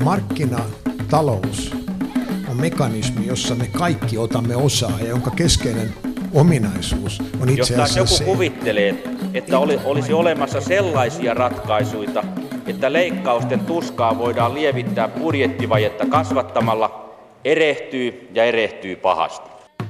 Markkinatalous on mekanismi, jossa me kaikki otamme osaa ja jonka keskeinen ominaisuus on itse asiassa jos joku kuvittelee, että olisi olemassa sellaisia ratkaisuja, että leikkausten tuskaa voidaan lievittää budjettivajetta kasvattamalla, erehtyy pahasti.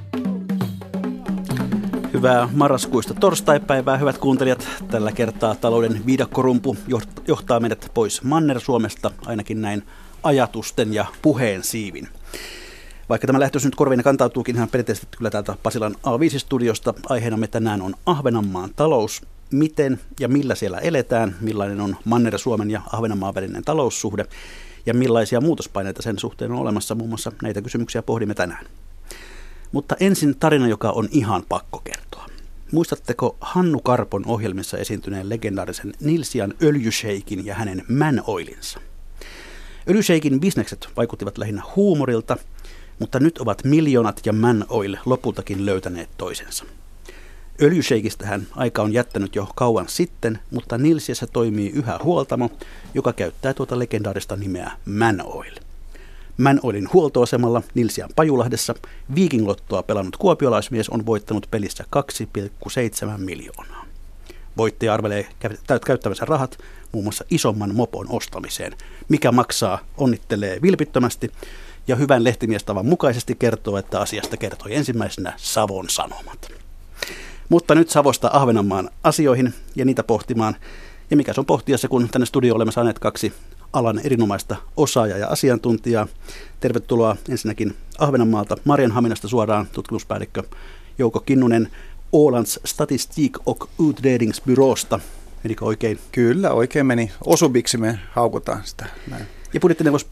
Hyvää marraskuista torstaipäivää, hyvät kuuntelijat. Tällä kertaa talouden viidakkorumpu johtaa meidät pois Manner-Suomesta, ainakin näin ajatusten ja puheen siivin. Vaikka tämä lähtöys nyt korviin kantautuukin ihan perinteisesti kyllä täältä Pasilan A5-studiosta, aiheenamme tänään on Ahvenanmaan talous. Miten ja millä siellä eletään, millainen on Manner-Suomen ja Ahvenanmaan välinen taloussuhde ja millaisia muutospaineita sen suhteen on olemassa, muun muassa näitä kysymyksiä pohdimme tänään. Mutta ensin tarina, joka on ihan pakko kertoa. Muistatteko Hannu Karpon ohjelmissa esiintyneen legendaarisen Nilsian öljysheikin ja hänen Man Oilinsa? Öljysheikin bisnekset vaikuttivat lähinnä huumorilta, mutta nyt ovat miljoonat ja Man Oil lopultakin löytäneet toisensa. Öljysheikistähän aika on jättänyt jo kauan sitten, mutta Nilsiassa toimii yhä huoltamo, joka käyttää tuota legendaarista nimeä Man Oil. Man Oilin huoltoasemalla Nilsian Pajulahdessa Viiking-lottoa pelannut kuopiolaismies on voittanut pelissä 2,7 miljoonaa. Voittaja arvelee käyttävänsä rahat muun muassa isomman mopon ostamiseen, mikä maksaa, onnittelee vilpittömästi ja hyvän lehtimiestavan mukaisesti kertoo, että asiasta kertoi ensimmäisenä Savon Sanomat. Mutta nyt Savosta Ahvenanmaan asioihin ja niitä pohtimaan. Ja mikä se on pohtiassa, kun tänne studioon olemme saaneet kaksi alan erinomaista osaajaa ja asiantuntijaa. Tervetuloa ensinnäkin Ahvenanmaalta Marianhaminasta suoraan tutkimuspäällikkö Jouko Kinnunen Ålands Statistik och Utredningsbyråsta. Menikö oikein? Kyllä, oikein meni. Osubiksi me haukutaan sitä. Näin. Ja budjettineuvos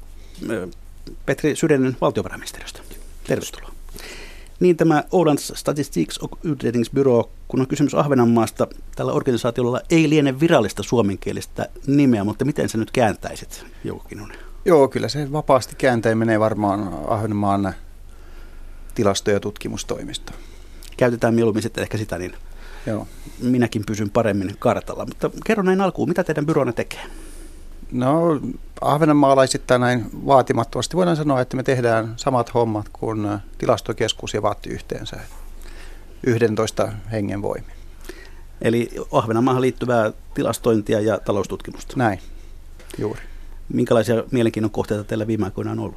Petri Sydenen valtiovarainministeriöstä. Tervetuloa. Niin tämä Ålands Statistik och Utredningsbyrå, kun on kysymys Ahvenanmaasta, tällä organisaatiolla ei liene virallista suomenkielistä nimeä, mutta miten sä nyt kääntäisit, Jouko Kinnunen? Joo, kyllä se vapaasti kääntäen menee varmaan Ahvenanmaan tilasto- ja tutkimustoimisto. Käytetään mieluummin sitten ehkä sitä, niin joo. Minäkin pysyn paremmin kartalla. Mutta kerro näin alkuun, mitä teidän byroonne tekee? No, ahvenanmaalaisittain näin vaatimattomasti voidaan sanoa, että me tehdään samat hommat kuin tilastokeskus ja VATT yhteensä 11 hengen voimin. Eli Ahvenanmaahan liittyvää tilastointia ja taloustutkimusta. Näin, juuri. Minkälaisia mielenkiinnon kohteita teillä viime aikoina on ollut?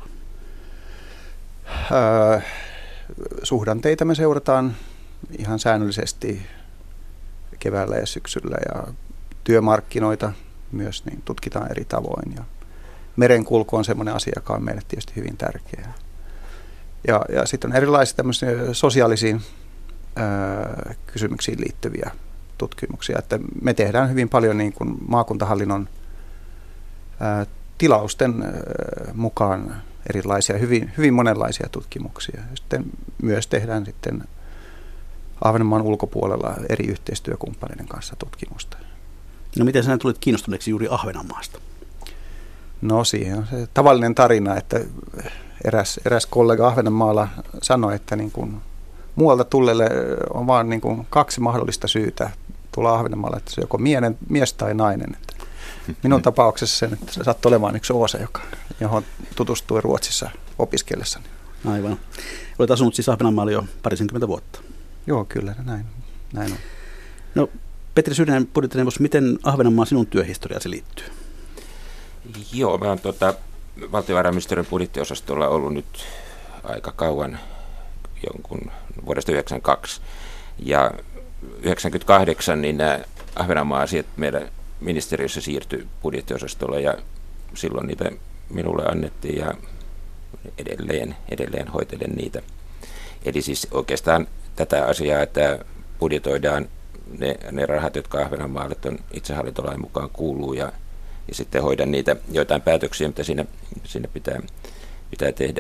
Suhdanteita me seurataan ihan säännöllisesti keväällä ja syksyllä ja työmarkkinoita myös niin tutkitaan eri tavoin. Ja merenkulku on semmoinen asia, joka on meille tietysti hyvin tärkeä. Ja sitten on erilaisia tämmöisiä sosiaalisiin kysymyksiin liittyviä tutkimuksia. Että me tehdään hyvin paljon niin kuin maakuntahallinnon tilausten mukaan erilaisia, hyvin monenlaisia tutkimuksia. Sitten myös tehdään sitten Ahvenanmaan ulkopuolella eri yhteistyökumppaneiden kanssa tutkimusta. No miten sinä tulit kiinnostuneeksi juuri Ahvenanmaasta? No siihen on se tavallinen tarina, että eräs kollega Ahvenanmaalla sanoi, että niin kuin muualta tulleelle on vain niin kuin 2 mahdollista syytä tulla Ahvenanmaalle, että se joko mies tai nainen. Että minun tapauksessa sen, että se sattui olemaan yksi Oosa, johon tutustui Ruotsissa opiskellessani. Aivan. Olet asunut siis Ahvenanmaalla jo parisenkymmentä vuotta. Joo, kyllä näin on. No, Petri Sydenen budjettineuvos, miten Ahvenanmaan sinun työhistoriasi liittyy? Joo, mä oon valtiovarainministeriön budjettiosastolla ollut nyt aika kauan, jonkun vuodesta 1992. Ja 1998 niin nämä Ahvenanmaan asiat meidän ministeriössä siirtyi budjettiosastolle ja silloin niitä minulle annettiin ja edelleen hoitelen niitä. Eli siis oikeastaan tätä asiaa, että budjetoidaan ne rahat, jotka Ahvenanmaalle on itsehallintolain mukaan kuuluu ja sitten hoidan niitä joitain päätöksiä, mitä siinä pitää tehdä.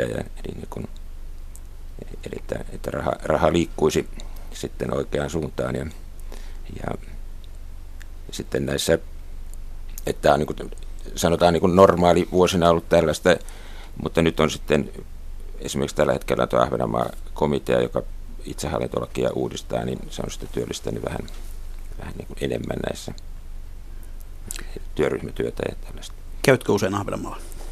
Eli että raha liikkuisi sitten oikeaan suuntaan. Ja sitten näissä, että on niin kuin, sanotaan niin kuin normaali vuosina ollut tällaista, mutta nyt on sitten esimerkiksi tällä hetkellä tuo Ahvenanmaan komitea, joka itsehallintolakia uudistaa, niin se on sitten työllistänyt vähän niin kuin enemmän näissä työryhmätyötä ja tällaista. Käytkö usein Ahvenanmaalla?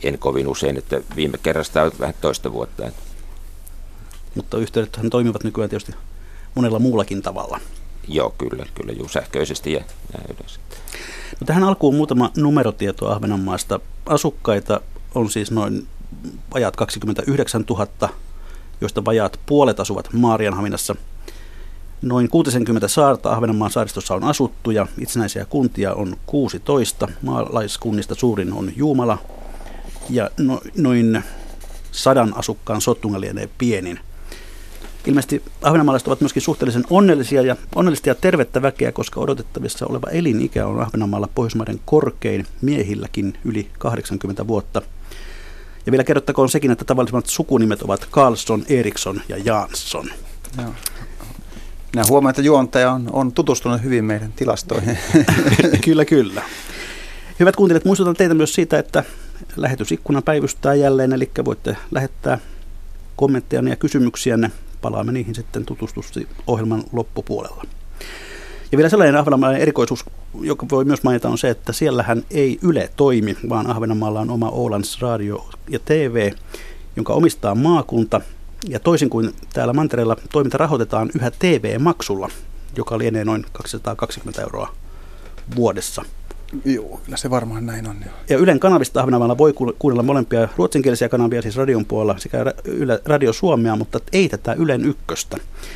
en kovin usein, että viime kerrasta on vähän toista vuotta. Mutta yhteydethän toimivat nykyään tietysti monella muullakin tavalla. Joo, kyllä sähköisesti ja yleensä. No, tähän alkuun muutama numerotieto Ahvenanmaasta. Asukkaita on siis noin vajaat 29 000, joista vajaat puolet asuvat Maarianhaminassa. Noin 60 saarta Ahvenanmaan saaristossa on asuttu ja itsenäisiä kuntia on 16. Maalaiskunnista suurin on Juumala ja noin 100 asukkaan Sottunga lienee pienin. Ilmeisesti ahvenanmaalaiset ovat myöskin suhteellisen onnellista ja tervettä väkeä, koska odotettavissa oleva elinikä on Ahvenanmaalla Pohjoismaiden korkein, miehilläkin yli 80 vuotta. Ja vielä kerrottakoon sekin, että tavallisimmat sukunimet ovat Karlsson, Eriksson ja Jansson. Joo. Minä huomaan, että juontaja on tutustunut hyvin meidän tilastoihin. Kyllä. Hyvät kuuntelijat, muistutan teitä myös siitä, että lähetysikkuna päivystää jälleen, eli voitte lähettää kommenttejanne ja kysymyksiänne. Palaamme niihin sitten tutustusti ohjelman loppupuolella. Ja vielä sellainen ahvenanmaalainen erikoisuus, joka voi myös mainita, on se, että siellähän ei Yle toimi, vaan Ahvenanmaalla on oma Ålands Radio ja TV, jonka omistaa maakunta. Ja toisin kuin täällä mantereella toiminta rahoitetaan yhä TV-maksulla, joka lienee noin 220 € vuodessa. Joo, kyllä se varmaan näin on. Ja Ylen kanavista Ahvenanmaalla voi kuunnella molempia ruotsinkielisiä kanavia, siis radion puolella sekä Radio Suomea, mutta ei tätä Ylen ykköstä.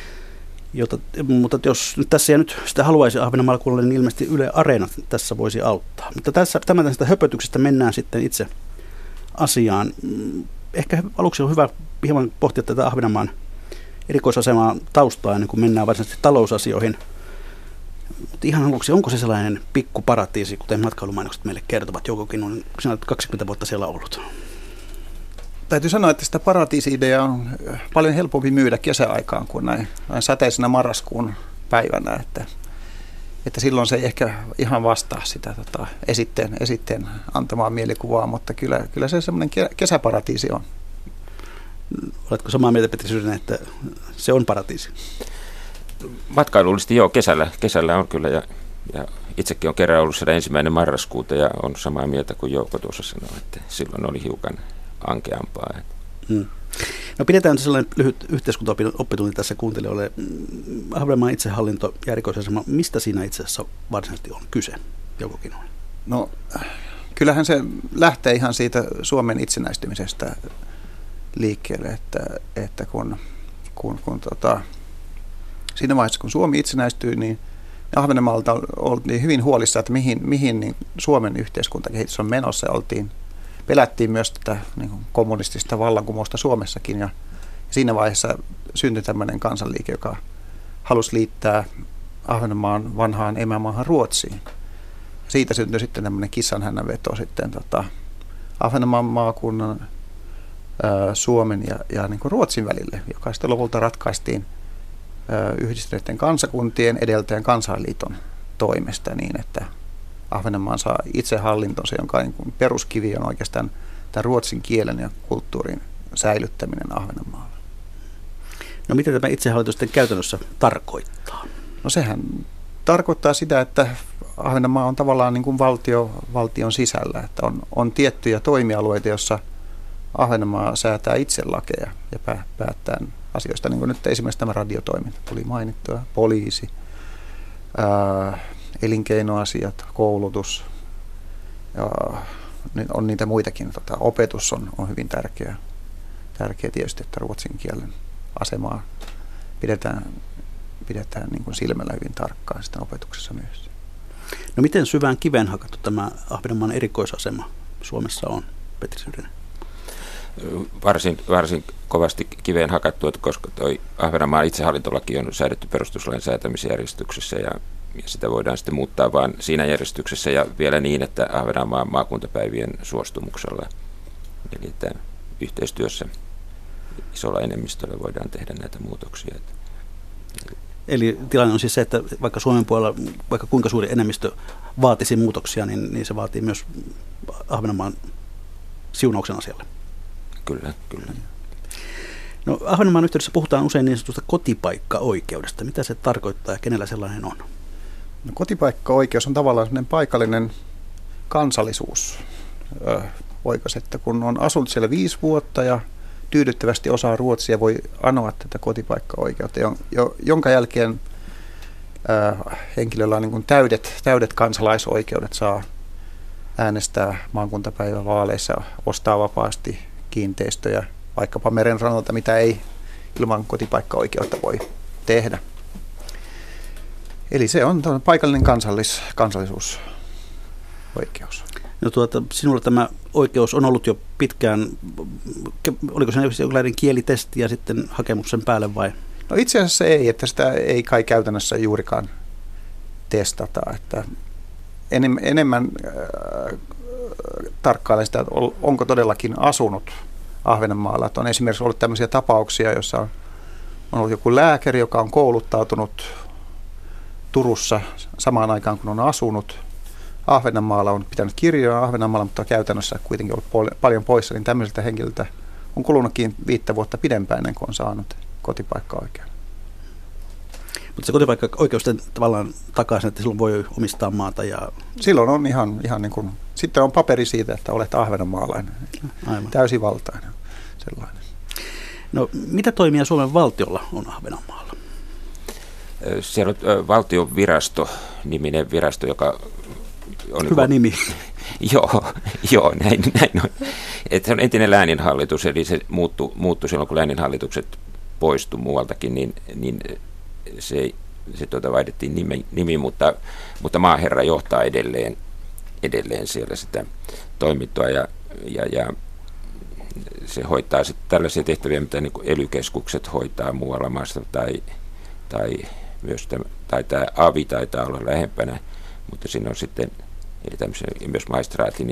Mutta jos nyt tässä ja nyt sitä haluaisi Ahvenanmaalla kuunnella, niin ilmeisesti Yle Areena tässä voisi auttaa. Mutta tämän höpötyksestä mennään sitten itse asiaan. Ehkä aluksi on hyvä hieman pohtia tätä Ahvenanmaan erikoisasemaa taustaa ennen kuin mennään varsinaisesti talousasioihin. Mutta ihan aluksi, onko se sellainen pikkuparatiisi, kuten matkailumainokset meille kertovat? Joukokin on 20 vuotta siellä ollut. Täytyy sanoa, että sitä paratiisi-ideaa on paljon helpompi myydä kesäaikaan kuin näin sateisena marraskuun päivänä. Että silloin se ei ehkä ihan vastaa sitä esitteen antamaa mielikuvaa, mutta kyllä se semmoinen kesäparatiisi on. Oletko samaa mieltä, Petri Syrjänen, että se on paratiisi? Matkailullisesti joo, kesällä on kyllä ja itsekin on kerran ollut siellä 1. marraskuuta ja on samaa mieltä kuin Jouko tuossa sanoi, että silloin oli hiukan ankeampaa. No pidetään sellainen lyhyt yhteiskuntaoppitunti tässä kuuntelijoille. Ahvenanmaan itsehallinto ja erikoisasema, mistä siinä itse asiassa varsinaisesti on kyse? Joukokin on. No kyllähän se lähtee ihan siitä Suomen itsenäistymisestä liikkeelle, että kun siinä vaiheessa, kun Suomi itsenäistyi, niin Ahvenanmaalta oltiin hyvin huolissaan, että mihin niin Suomen yhteiskuntakehitys on menossa. Pelättiin myös tätä niin kuin kommunistista vallankumousta Suomessakin, ja siinä vaiheessa syntyi tämmöinen kansanliike, joka halusi liittää Ahvenanmaan vanhaan emämaahan Ruotsiin. Siitä syntyi sitten tämmöinen kissanhännänveto sitten Ahvenanmaan maakunnan, Suomen ja niin kuin Ruotsin välille, joka sitten lopulta ratkaistiin yhdistyneiden kansakuntien edeltäjän Kansainliiton toimesta niin, että Ahvenanmaan saa itsehallintonsa, jonka niin kuin peruskivi on oikeastaan tämän ruotsin kielen ja kulttuurin säilyttäminen Ahvenanmaalla. No mitä tämä itsehallinto sitten käytännössä tarkoittaa? No sehän tarkoittaa sitä, että Ahvenanmaa on tavallaan niin kuin valtion sisällä, että on tiettyjä toimialueita, joissa Ahvenanmaa säätää itse lakeja ja päättää asioista, niin kuin nyt esimerkiksi tämä radiotoiminta tuli mainittua, poliisi, elinkeinoasiat, koulutus, ja on niitä muitakin. Opetus on hyvin tärkeä tietysti, että ruotsin kielen asemaa pidetään niin kuin silmällä hyvin tarkkaan sitten opetuksessa myös. No miten syvään kiveen hakattu tämä Ahvenanmaan erikoisasema Suomessa on, Petri Syrjänen? Varsin kovasti kiveen hakattu, koska toi Ahvenanmaan itsehallintolaki on säädetty perustuslain säätämisjärjestyksessä ja sitä voidaan sitten muuttaa vain siinä järjestyksessä ja vielä niin, että Ahvenanmaan maakuntapäivien suostumuksella. Eli että yhteistyössä isolla enemmistöllä voidaan tehdä näitä muutoksia. Eli tilanne on siis se, että vaikka Suomen puolella, vaikka kuinka suuri enemmistö vaatisi muutoksia, niin se vaatii myös Ahvenanmaan siunauksen asialle. Kyllä. No, Ahvenanmaan yhteydessä puhutaan usein niin sanotusta kotipaikkaoikeudesta. Mitä se tarkoittaa ja kenellä sellainen on? No, kotipaikkaoikeus on tavallaan sellainen paikallinen kansallisuus oikoisi, että kun on asunut siellä 5 vuotta ja tyydyttävästi osaa ruotsia, voi anoa tätä kotipaikkaoikeutta, jonka jälkeen henkilöllä on niin kuin täydet kansalaisoikeudet, saa äänestää maakuntapäivävaaleissa, ostaa vapaasti kiinteistöjä, vaikkapa merenrannalta, mitä ei ilman kotipaikkaoikeutta voi tehdä. Eli se on paikallinen kansallisuusoikeus. No sinulla tämä oikeus on ollut jo pitkään. Oliko se jonkinlainen kielitesti ja sitten hakemuksen päälle vai? No itse asiassa ei, että sitä ei kai käytännössä juurikaan testata. Että enemmän tarkkailen sitä, että onko todellakin asunut Ahvenanmaalla. Että on esimerkiksi ollut tämmöisiä tapauksia, joissa on ollut joku lääkäri, joka on kouluttautunut Turussa samaan aikaan, kun on asunut Ahvenanmaalla, on pitänyt kirjoja Ahvenanmaalla, mutta käytännössä kuitenkin ollut paljon poissa, niin tämmöiseltä henkilöltä on kulunutkin 5 vuotta pidempään ennen kuin on saanut kotipaikkaoikeuden. Mutta se kotipaikkaoikeus tavallaan takaa sen, että silloin voi omistaa maata. Silloin on ihan niin kuin, sitten on paperi siitä, että olet ahvenanmaalainen, täysivaltainen sellainen. No, mitä toimia Suomen valtiolla on Ahvenanmaalla? Siellä on valtionvirasto-niminen virasto, joka on... Hyvä nimi. Joo, näin on. Että se on entinen lääninhallitus, eli se muuttui silloin, kun lääninhallitukset poistui muualtakin, niin se vaihdettiin nimi, mutta maaherra johtaa edelleen siellä sitä toimintoa ja se hoitaa sitten tällaisia tehtäviä, mitä niin kuin ely-keskukset hoitaa muualla maassa tai tämä avi taitaa olla lähempänä, mutta siinä on sitten eli myös maistraatin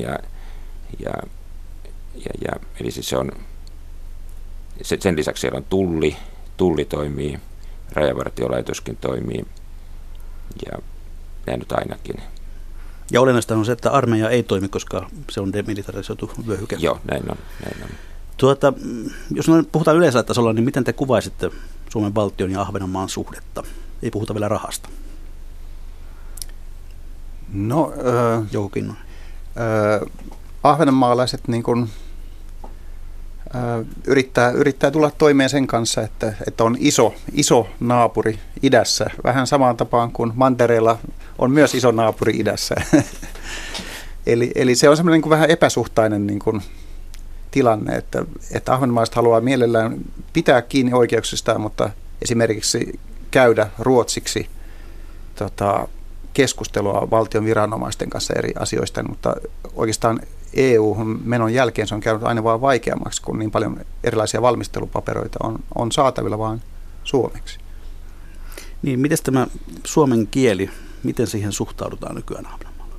eli siis se on sen lisäksi siellä on tulli toimii, rajavartiolaitoskin toimii ja näin nyt ainakin. Ja olennaista on se, että armeija ei toimi, koska se on demilitarisoitu vyöhyke. Joo, näin on. Jos puhutaan yleisellä tasolla, niin miten te kuvaisitte Suomen valtion ja Ahvenanmaan suhdetta? Ei puhuta vielä rahasta. No, Joukokin. Ahvenanmaalaiset niin kuin, yrittää tulla toimeen sen kanssa, että on iso naapuri idässä. Vähän samaan tapaan kuin mantereella on myös iso naapuri idässä. eli se on semmoinen niin kuin vähän epäsuhtainen niin kuin tilanne, että ahvenanmaalaiset haluaa mielellään pitää kiinni oikeuksistaan, mutta esimerkiksi käydä ruotsiksi keskustelua valtion viranomaisten kanssa eri asioista, mutta oikeastaan EU-menon jälkeen se on käynyt aina vaan vaikeammaksi, kun niin paljon erilaisia valmistelupaperoita on saatavilla vaan suomeksi. Niin, miten tämä suomen kieli, miten siihen suhtaudutaan nykyään Ahvenanmaalla?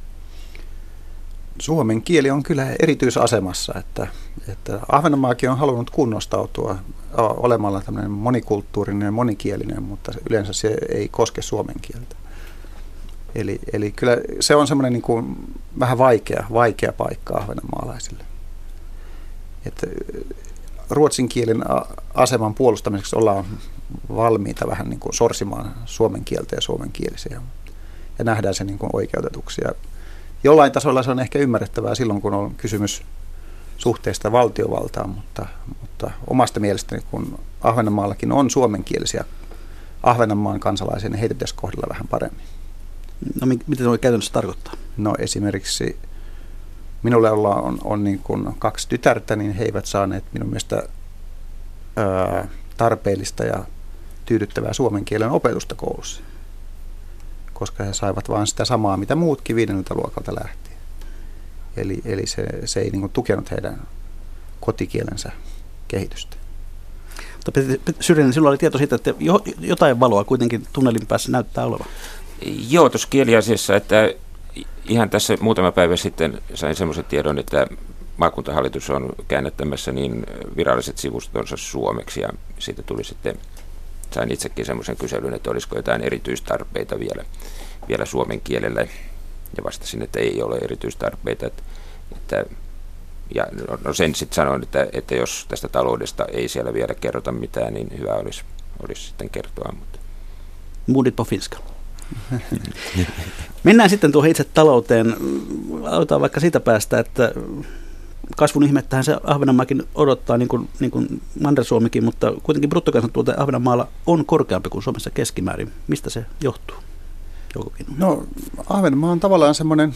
Suomen kieli on kyllä erityisasemassa, että Ahvenanmaakin on halunnut kunnostautua olemalla tämmöinen monikulttuurinen ja monikielinen, mutta yleensä se ei koske suomen kieltä. Eli kyllä se on semmoinen niin kuin vähän vaikea paikka ahvenanmaalaisille. Että ruotsin kielen aseman puolustamiseksi ollaan valmiita vähän niin kuin sorsimaan suomen kieltä ja suomenkielisiä. Ja nähdään se niin kuin oikeutetuksi. Ja jollain tasolla se on ehkä ymmärrettävää silloin, kun on kysymys suhteesta valtiovaltaan, mutta omasta mielestäni, kun Ahvenanmaallakin on suomenkielisiä Ahvenanmaan kansalaisia, niin heitä pitäisi kohdella vähän paremmin. No mitä se käytännössä tarkoittaa? No esimerkiksi minulle on niin kuin 2 tytärtä, niin he eivät saaneet minun mielestä tarpeellista ja tyydyttävää suomen kielen opetusta koulussa, koska he saivat vain sitä samaa, mitä muutkin 5. luokalta lähtien. Eli se ei niin kuin tukenut heidän kotikielensä kehitystä. Syrjänen, sinulla oli tieto siitä, että jotain valoa kuitenkin tunnelin päässä näyttää olevan. Joo, tuossa kieliasiassa, että ihan tässä muutama päivä sitten sain semmoisen tiedon, että maakuntahallitus on käännettämässä niin viralliset sivustonsa suomeksi ja siitä tuli sitten, sain itsekin semmoisen kyselyn, että olisiko jotain erityistarpeita vielä suomen kielellä ja vastasin, että ei ole erityistarpeita. Ja sen sitten sanoin, että jos tästä taloudesta ei siellä vielä kerrota mitään, niin hyvä olisi sitten kertoa. Muudit på finska. Mennään sitten tuohon itse talouteen. Aloitetaan vaikka siitä päästä, että kasvun ihmettähän se Ahvenanmaakin odottaa, niin kuin Manner-Suomikin, mutta kuitenkin bruttokansantuote Ahvenanmaalla on korkeampi kuin Suomessa keskimäärin. Mistä se johtuu? No, Ahvenanmaa on tavallaan semmoinen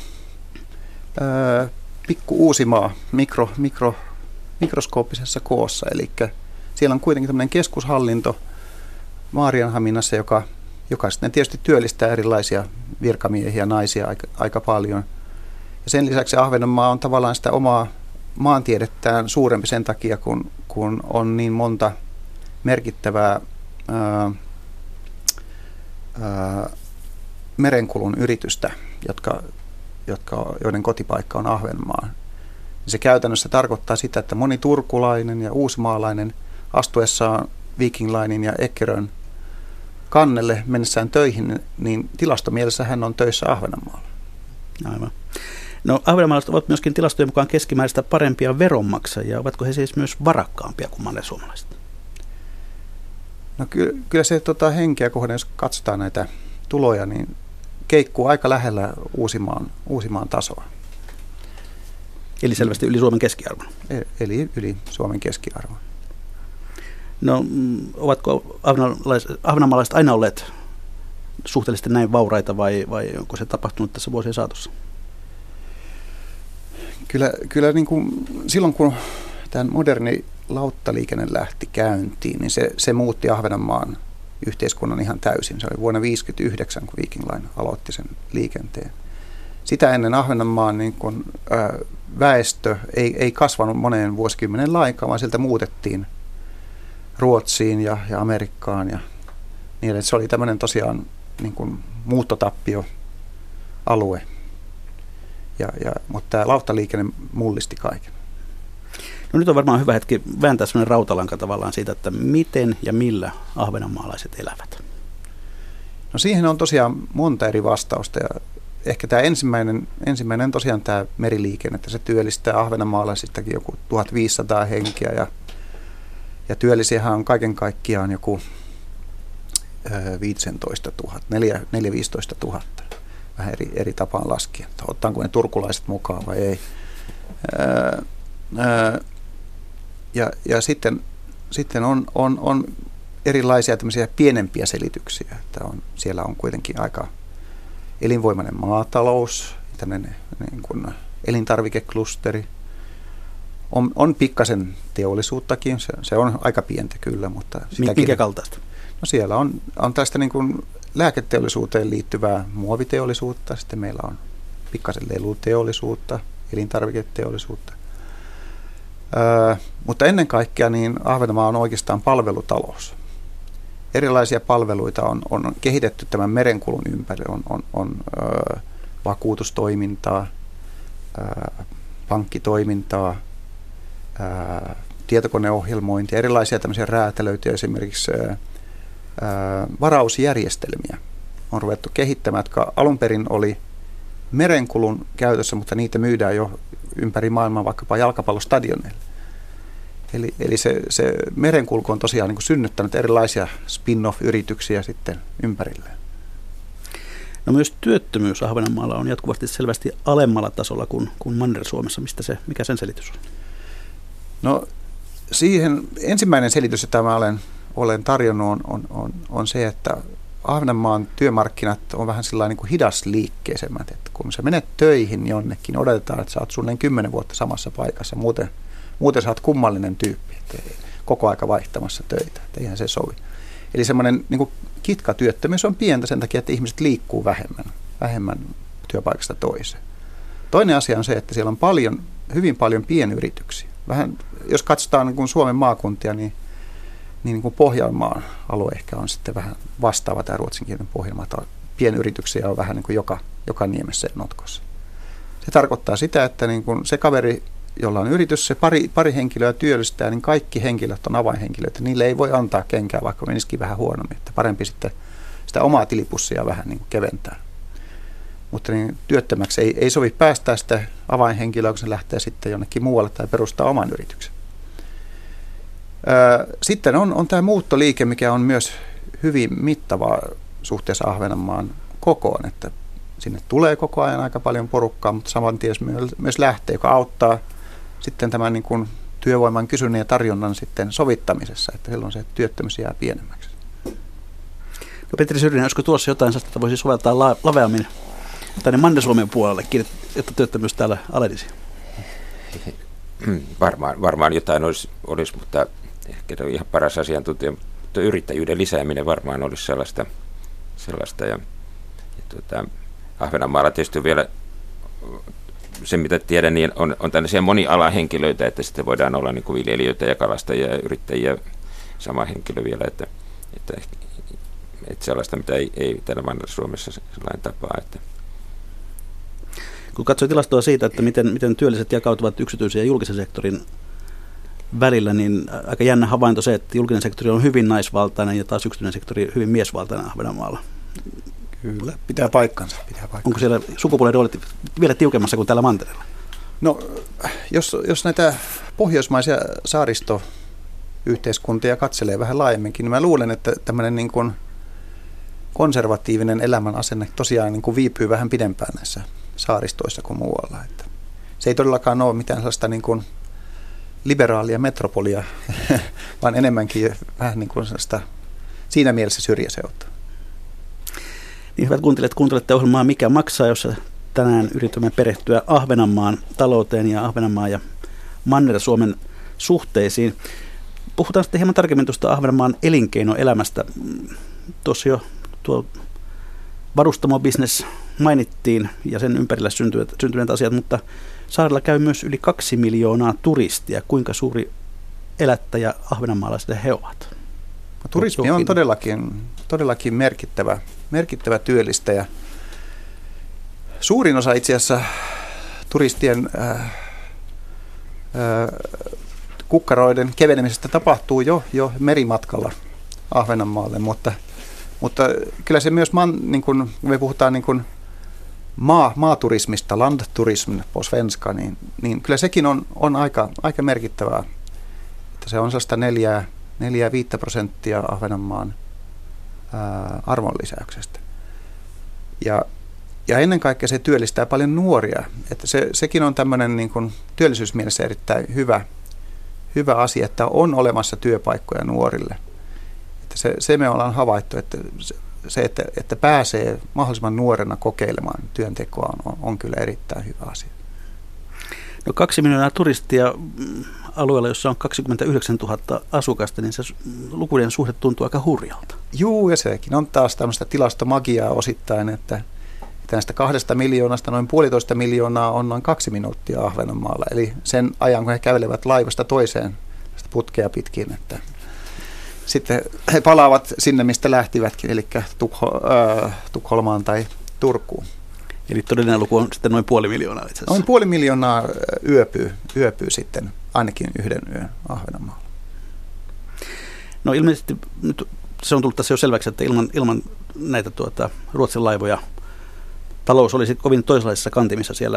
pikku uusi maa, mikroskooppisessa koossa, eli siellä on kuitenkin tämmöinen keskushallinto Maarianhaminassa, joka sitten tietysti työllistää erilaisia virkamiehiä ja naisia aika paljon. Ja sen lisäksi Ahvenanmaa on tavallaan sitä omaa maantiedettään suurempi sen takia, kun on niin monta merkittävää merenkulun yritystä, joiden kotipaikka on Ahvenanmaa. Se käytännössä tarkoittaa sitä, että moni turkulainen ja uusimaalainen astuessaan Viking Linen ja Eckerön kannelle mennessään töihin, niin tilastomielessä hän on töissä Ahvenanmaalla. Aivan. No, ahvenanmaalaiset ovat myöskin tilastojen mukaan keskimääräistä parempia veronmaksajia. Ovatko he siis myös varakkaampia kuin mannersuomalaiset? No kyllä se henkeä kohden, jos katsotaan näitä tuloja, niin keikkuu aika lähellä Uusimaan tasoa. Eli selvästi yli Suomen keskiarvon. Eli yli Suomen keskiarvon. No, ovatko ahvenanmaalaiset aina olleet suhteellisesti näin vauraita vai onko se tapahtunut tässä vuosien saatossa? Kyllä niin kuin silloin, kun tämä moderni lauttaliikenne lähti käyntiin, niin se muutti Ahvenanmaan yhteiskunnan ihan täysin. Se oli vuonna 1959, kun Viking Line aloitti sen liikenteen. Sitä ennen Ahvenanmaan niin kun, väestö ei kasvanut moneen vuosikymmenen lainkaan, vaan sieltä muutettiin Ruotsiin ja Amerikkaan. Ja niin, että se oli tämmöinen tosiaan niin kun muuttotappioalue. Mutta tämä lauttaliikenne mullisti kaiken. No nyt on varmaan hyvä hetki vääntää sellainen rautalanka tavallaan siitä, että miten ja millä ahvenanmaalaiset elävät. No siihen on tosiaan monta eri vastausta ja ehkä tämä ensimmäinen tosiaan tämä meriliikenne, että se työllistää ahvenanmaalaisistakin joku 1500 henkeä ja työllisiähän on kaiken kaikkiaan joku 15 000, 4-15 000. Vähän eri tapaan laskea, ottaanko ne turkulaiset mukaan vai ei. Ja sitten on erilaisia tämmöisiä pienempiä selityksiä, että siellä on kuitenkin aika elinvoimainen maatalous, tämmöinen niin kuin elintarvikeklusteri. On pikkasen teollisuuttakin, se on aika pientä kyllä, mutta minkä kaltaista? No siellä on tällaista niin kuin lääketeollisuuteen liittyvää muoviteollisuutta, sitten meillä on pikkasen leluteollisuutta, elintarviketeollisuutta. Mutta ennen kaikkea niin Ahvenanmaa on oikeastaan palvelutalous. Erilaisia palveluita on kehitetty tämän merenkulun ympäri. On vakuutustoimintaa, pankkitoimintaa, tietokoneohjelmointia, erilaisia tämmöisiä räätälöitä, esimerkiksi varausjärjestelmiä on ruvettu kehittämään, jotka alun perin oli merenkulun käytössä, mutta niitä myydään jo ympäri maailmaa vaikkapa jalkapallostadioneille. Eli se merenkulku on tosiaan niin kuin synnyttänyt erilaisia spin-off-yrityksiä sitten ympärilleen. No myös työttömyys Ahvenanmaalla on jatkuvasti selvästi alemmalla tasolla kuin Manner-Suomessa. Mikä sen selitys on? No siihen ensimmäinen selitys, jota mä olen tarjonnut, on se, että Ahvenanmaan työmarkkinat on vähän sellainen niin kuin hidasliikkeisemmät, että kun sä menet töihin jonnekin, odotetaan, että sä oot suunnilleen 10 vuotta samassa paikassa, muuten sä oot kummallinen tyyppi, että koko aika vaihtamassa töitä, että eihän se sovi. Eli semmoinen niin kuin kitkatyöttömyys on pientä sen takia, että ihmiset liikkuu vähemmän työpaikasta toiseen. Toinen asia on se, että siellä on hyvin paljon pienyrityksiä. Vähän, jos katsotaan niin kuin Suomen maakuntia, niin kuin Pohjanmaan alue ehkä on sitten vähän vastaava tämä ruotsinkielinen Pohjanmaa. Pienyrityksiä on vähän niin kuin joka niemessä ja notkossa. Se tarkoittaa sitä, että niin kuin se kaveri, jolla on yritys, se pari henkilöä työllistää, niin kaikki henkilöt on avainhenkilöitä. Niille ei voi antaa kenkää, vaikka menisikin vähän huonommin. Että parempi sitten sitä omaa tilipussia vähän niin kuin keventää. Mutta niin työttömäksi ei sovi päästää sitä avainhenkilöä, kun se lähtee sitten jonnekin muualle tai perustaa oman yrityksen. Sitten on tämä muuttoliike, mikä on myös hyvin mittava suhteessa Ahvenanmaan kokoon, että sinne tulee koko ajan aika paljon porukkaa, mutta saman tien myös lähtee, joka auttaa sitten tämän niin kuin työvoiman kysynnän ja tarjonnan sitten sovittamisessa, että silloin se työttömyys jää pienemmäksi. No Petri Syrjinen, olisiko tuossa jotain, että voisi soveltaa laveammin tänne Manner-Suomen puolellekin, että työttömyys täällä alenisi? Varmaan jotain olisi, mutta ehkä ihan paras asiantuntija, mutta yrittäjyyden lisääminen varmaan olisi sellaista ja Ahvenanmaalla tietysti vielä se, mitä tiedän, niin on tällaisia monialahenkilöitä, että sitten voidaan olla niin kuin viljelijöitä ja kalastajia ja yrittäjiä sama henkilö vielä, että sellaista, mitä ei täällä Manner-Suomessa sellainen tapaa. Että. Kun katsoo tilastoa siitä, että miten työlliset jakautuvat yksityisen ja julkisen sektorin välillä, niin aika jännä havainto se, että julkinen sektori on hyvin naisvaltainen ja taas yksityinen sektori hyvin miesvaltainen Ahvenanmaalla. Kyllä, pitää paikkansa. Onko siellä sukupuolen roolit vielä tiukemmassa kuin täällä mantereella? No, jos näitä pohjoismaisia saaristoyhteiskuntia katselee vähän laajemminkin, niin mä luulen, että tämmöinen niin kuin konservatiivinen elämän asenne tosiaan niin kuin viipyy vähän pidempään näissä saaristoissa kuin muualla. Että se ei todellakaan ole mitään sellaista niin kuin liberaalia metropolia, vaan enemmänkin vähän niin kuin sellaista siinä mielessä syrjäseutua. Niin hyvät kuuntelijat, kuuntelette ohjelmaa Mikä maksaa, jossa tänään yritämme perehtyä Ahvenanmaan talouteen ja Ahvenanmaan ja Manner-Suomen suhteisiin. Puhutaan sitten hieman tarkemmin tuosta Ahvenanmaan elinkeinoelämästä. Tuossa jo tuo varustamobisnes mainittiin ja sen ympärillä syntyneet asiat, mutta saarella käy myös yli 2 miljoonaa turistia. Kuinka suuri elättäjä ahvenanmaalaiset he ovat? Turismi on todellakin merkittävä työllistäjä. Suurin osa itse asiassa turistien kukkaroiden kevenemisestä tapahtuu jo merimatkalla Ahvenanmaalle, mutta kyllä se myös, niin kun me puhutaan niin kun maaturismista, landturism på svenska, niin kyllä sekin on aika merkittävää. Että se on sellaista 4-5% Ahvenanmaan arvonlisäyksestä. Ja ennen kaikkea se työllistää paljon nuoria. Että sekin on tämmöinen niin kuin työllisyysmielessä erittäin hyvä asia, että on olemassa työpaikkoja nuorille. Että se me ollaan havaittu, että että pääsee mahdollisimman nuorena kokeilemaan työntekoa on kyllä erittäin hyvä asia. No 2 miljoonaa turistia alueella, jossa on 29 000 asukasta, niin se lukuiden suhde tuntuu aika hurjalta. Juu, ja sekin on taas tämmöistä tilastomagiaa osittain, että näistä 2 miljoonasta noin 1,5 miljoonaa on noin 2 minuuttia Ahvenanmaalla. Eli sen ajan, kun he kävelevät laivasta toiseen putkea pitkin, että sitten he palaavat sinne, mistä lähtivätkin, eli Tukholmaan tai Turkuun. Eli todellinen luku on sitten noin 500 000 itse asiassa. Noin 500 000 yöpyy sitten ainakin yhden yön Ahvenanmaalla. No ilmeisesti nyt se on tullut tässä jo selväksi, että ilman näitä Ruotsin laivoja talous olisi kovin toisenlaisissa kantimissa siellä.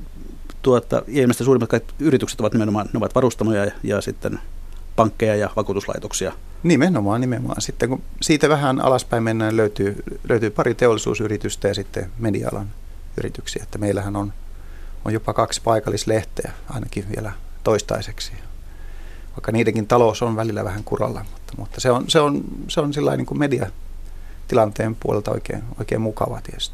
Ja ilmeisesti suurimmat yritykset ovat nimenomaan, ne ovat varustamoja ja sitten pankkeja ja vakuutuslaitoksia. Nimenomaan. Sitten kun siitä vähän alaspäin mennään, löytyy pari teollisuusyritystä ja sitten media-alan yrityksiä. Että meillähän on jopa 2 paikallislehteä ainakin vielä toistaiseksi. Vaikka niidenkin talous on välillä vähän kuralla, mutta se on sillain niin kuin mediatilanteen puolelta oikein mukava tietysti,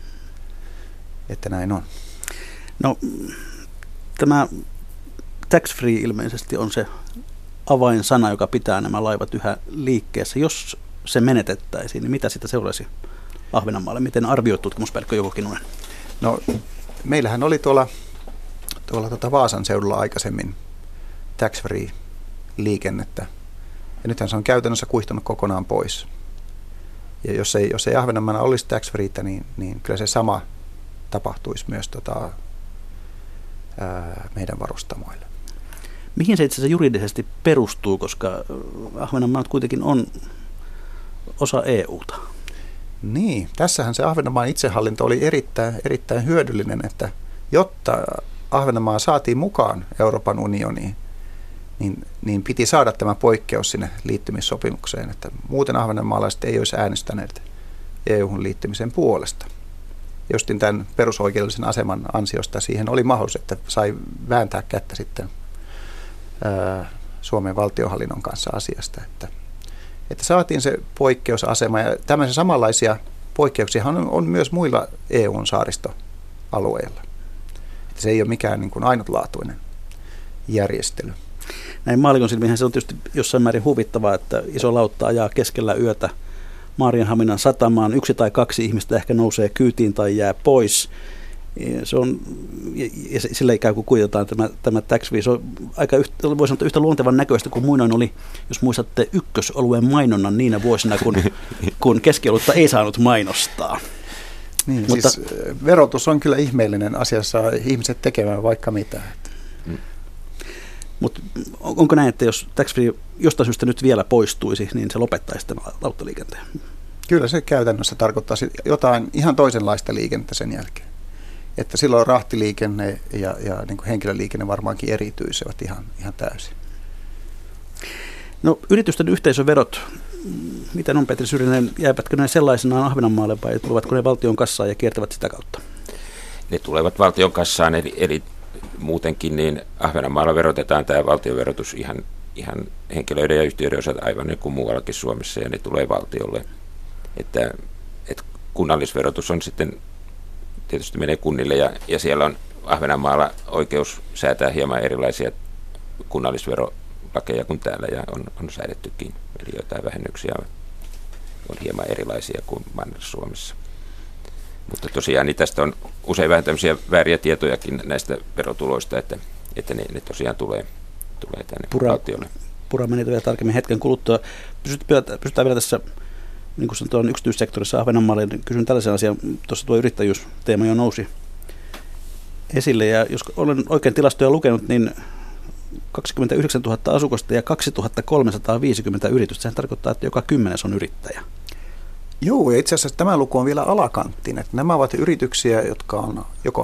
että näin on. No tämä tax free ilmeisesti on se avainsana, joka pitää nämä laivat yhä liikkeessä. Jos se menetettäisiin, niin mitä sitä seuraisi Ahvenanmaalle? Miten arvioit tutkimuspäällikkö Jouko Kinnunen? No meillähän oli tuolla Vaasan seudulla aikaisemmin tax free liikennettä. Ja nythän se on käytännössä kuihtunut kokonaan pois. Ja jos ei Ahvenanmaalla olisi tax freetä, niin kyllä se sama tapahtuisi myös meidän varustamoille. Mihin se itse asiassa juridisesti perustuu, koska Ahvenanmaa kuitenkin on osa EUta? Niin, tässähän se Ahvenanmaan itsehallinto oli erittäin hyödyllinen, että jotta Ahvenanmaa saatiin mukaan Euroopan unioniin, niin piti saada tämä poikkeus sinne liittymissopimukseen, että muuten ahvenanmaalaiset ei olisi äänestäneet EU:hun liittymisen puolesta. justin tämän perusoikeudellisen aseman ansiosta siihen oli mahdollisuus, että sai vääntää kättä sitten Suomen valtionhallinnon kanssa asiasta, että saatiin se poikkeusasema, ja tämmöisiä samanlaisia poikkeuksia on myös muilla EUn saaristoalueilla. Että se ei ole mikään niin kuin ainutlaatuinen järjestely. Näin maallikon silmiinhän se on tietysti jossain määrin huvittavaa, että iso lautta ajaa keskellä yötä Maarianhaminan satamaan. 1 tai 2 ihmistä ehkä nousee kyytiin tai jää pois. Se on, ja sillä ikään kuin kuitataan tämä tax free. Se on aika voi sanoa, yhtä luontevan näköistä kuin muinoin oli, jos muistatte ykkösolueen mainonnan niinä vuosina, kun keskiolutta ei saanut mainostaa. Niin, mutta, siis verotus on kyllä ihmeellinen asia, saa ihmiset tekemään vaikka mitä. Mutta onko näin, että jos tax free jostain syystä nyt vielä poistuisi, niin se lopettaisi tämän lauttaliikenteen? Kyllä se käytännössä tarkoittaisi jotain ihan toisenlaista liikennettä sen jälkeen. Että silloin rahtiliikenne ja niin kuin henkilöliikenne varmaankin erityisivät ihan täysin. No yritysten yhteisöverot, miten on Petri Syrjänen, jäävätkö ne sellaisenaan Ahvenanmaalle vai tulevatko ne valtion kassaan ja kiertävät sitä kautta? Ne tulevat valtion kassaan, eli muutenkin niin Ahvenanmaalla verotetaan tämä valtionverotus ihan henkilöiden ja yhtiöiden osalta aivan niin kuin muuallakin Suomessa, ja ne tulee valtiolle. Että kunnallisverotus on sitten tietysti menee kunnille, ja siellä on Ahvenanmaalla oikeus säätää hieman erilaisia kunnallisverolakeja kuin täällä, ja on säädettykin. Eli jotain vähennyksiä on hieman erilaisia kuin Manner-Suomessa. Mutta tosiaan niin tästä on usein vähän tämmöisiä vääriä tietojakin näistä verotuloista, että ne tosiaan tulee tänne valtiolle. Pura meni vielä tarkemmin hetken kuluttua. Pysytään vielä tässä, niin kuin sanotaan, yksityissektorissa Ahvenanmaalle. Kysyn tällaisen asian. Tuossa tuo yrittäjyysteema jo nousi esille. Ja jos olen oikein tilastoja lukenut, niin 29 000 asukasta ja 2350 yritystä. Sehän tarkoittaa, että joka 10 on yrittäjä. Joo, ja itse asiassa tämä luku on vielä alakanttiin. Että nämä ovat yrityksiä, jotka on joko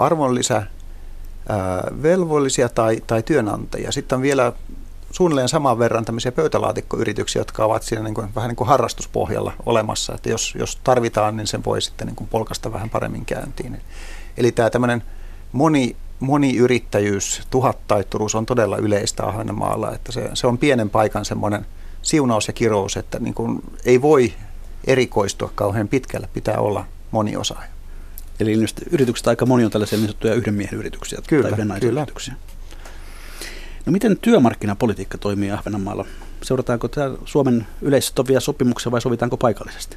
arvonlisävelvollisia tai työnantajia. Sitten on vielä suunnilleen saman verran tämmöisiä pöytälaatikkoyrityksiä, jotka ovat siinä vähän niin kuin harrastuspohjalla olemassa. Että jos tarvitaan, niin sen voi sitten niin kuin polkasta vähän paremmin käyntiin. Eli tämä tämmöinen moniyrittäjyys, tuhattaitturuus on todella yleistä Ahvenanmaalla. Että se on pienen paikan semmoinen siunaus ja kirous, että niin kuin ei voi erikoistua kauhean pitkälle, pitää olla moniosaaja. Eli yritykset aika moni on tällaisia niin sanottuja yhden miehen yrityksiä tai yhden naisen yrityksiä. No miten työmarkkinapolitiikka toimii Ahvenanmaalla? Seurataanko tämä Suomen yleissitovia sopimuksia vai sovitaanko paikallisesti?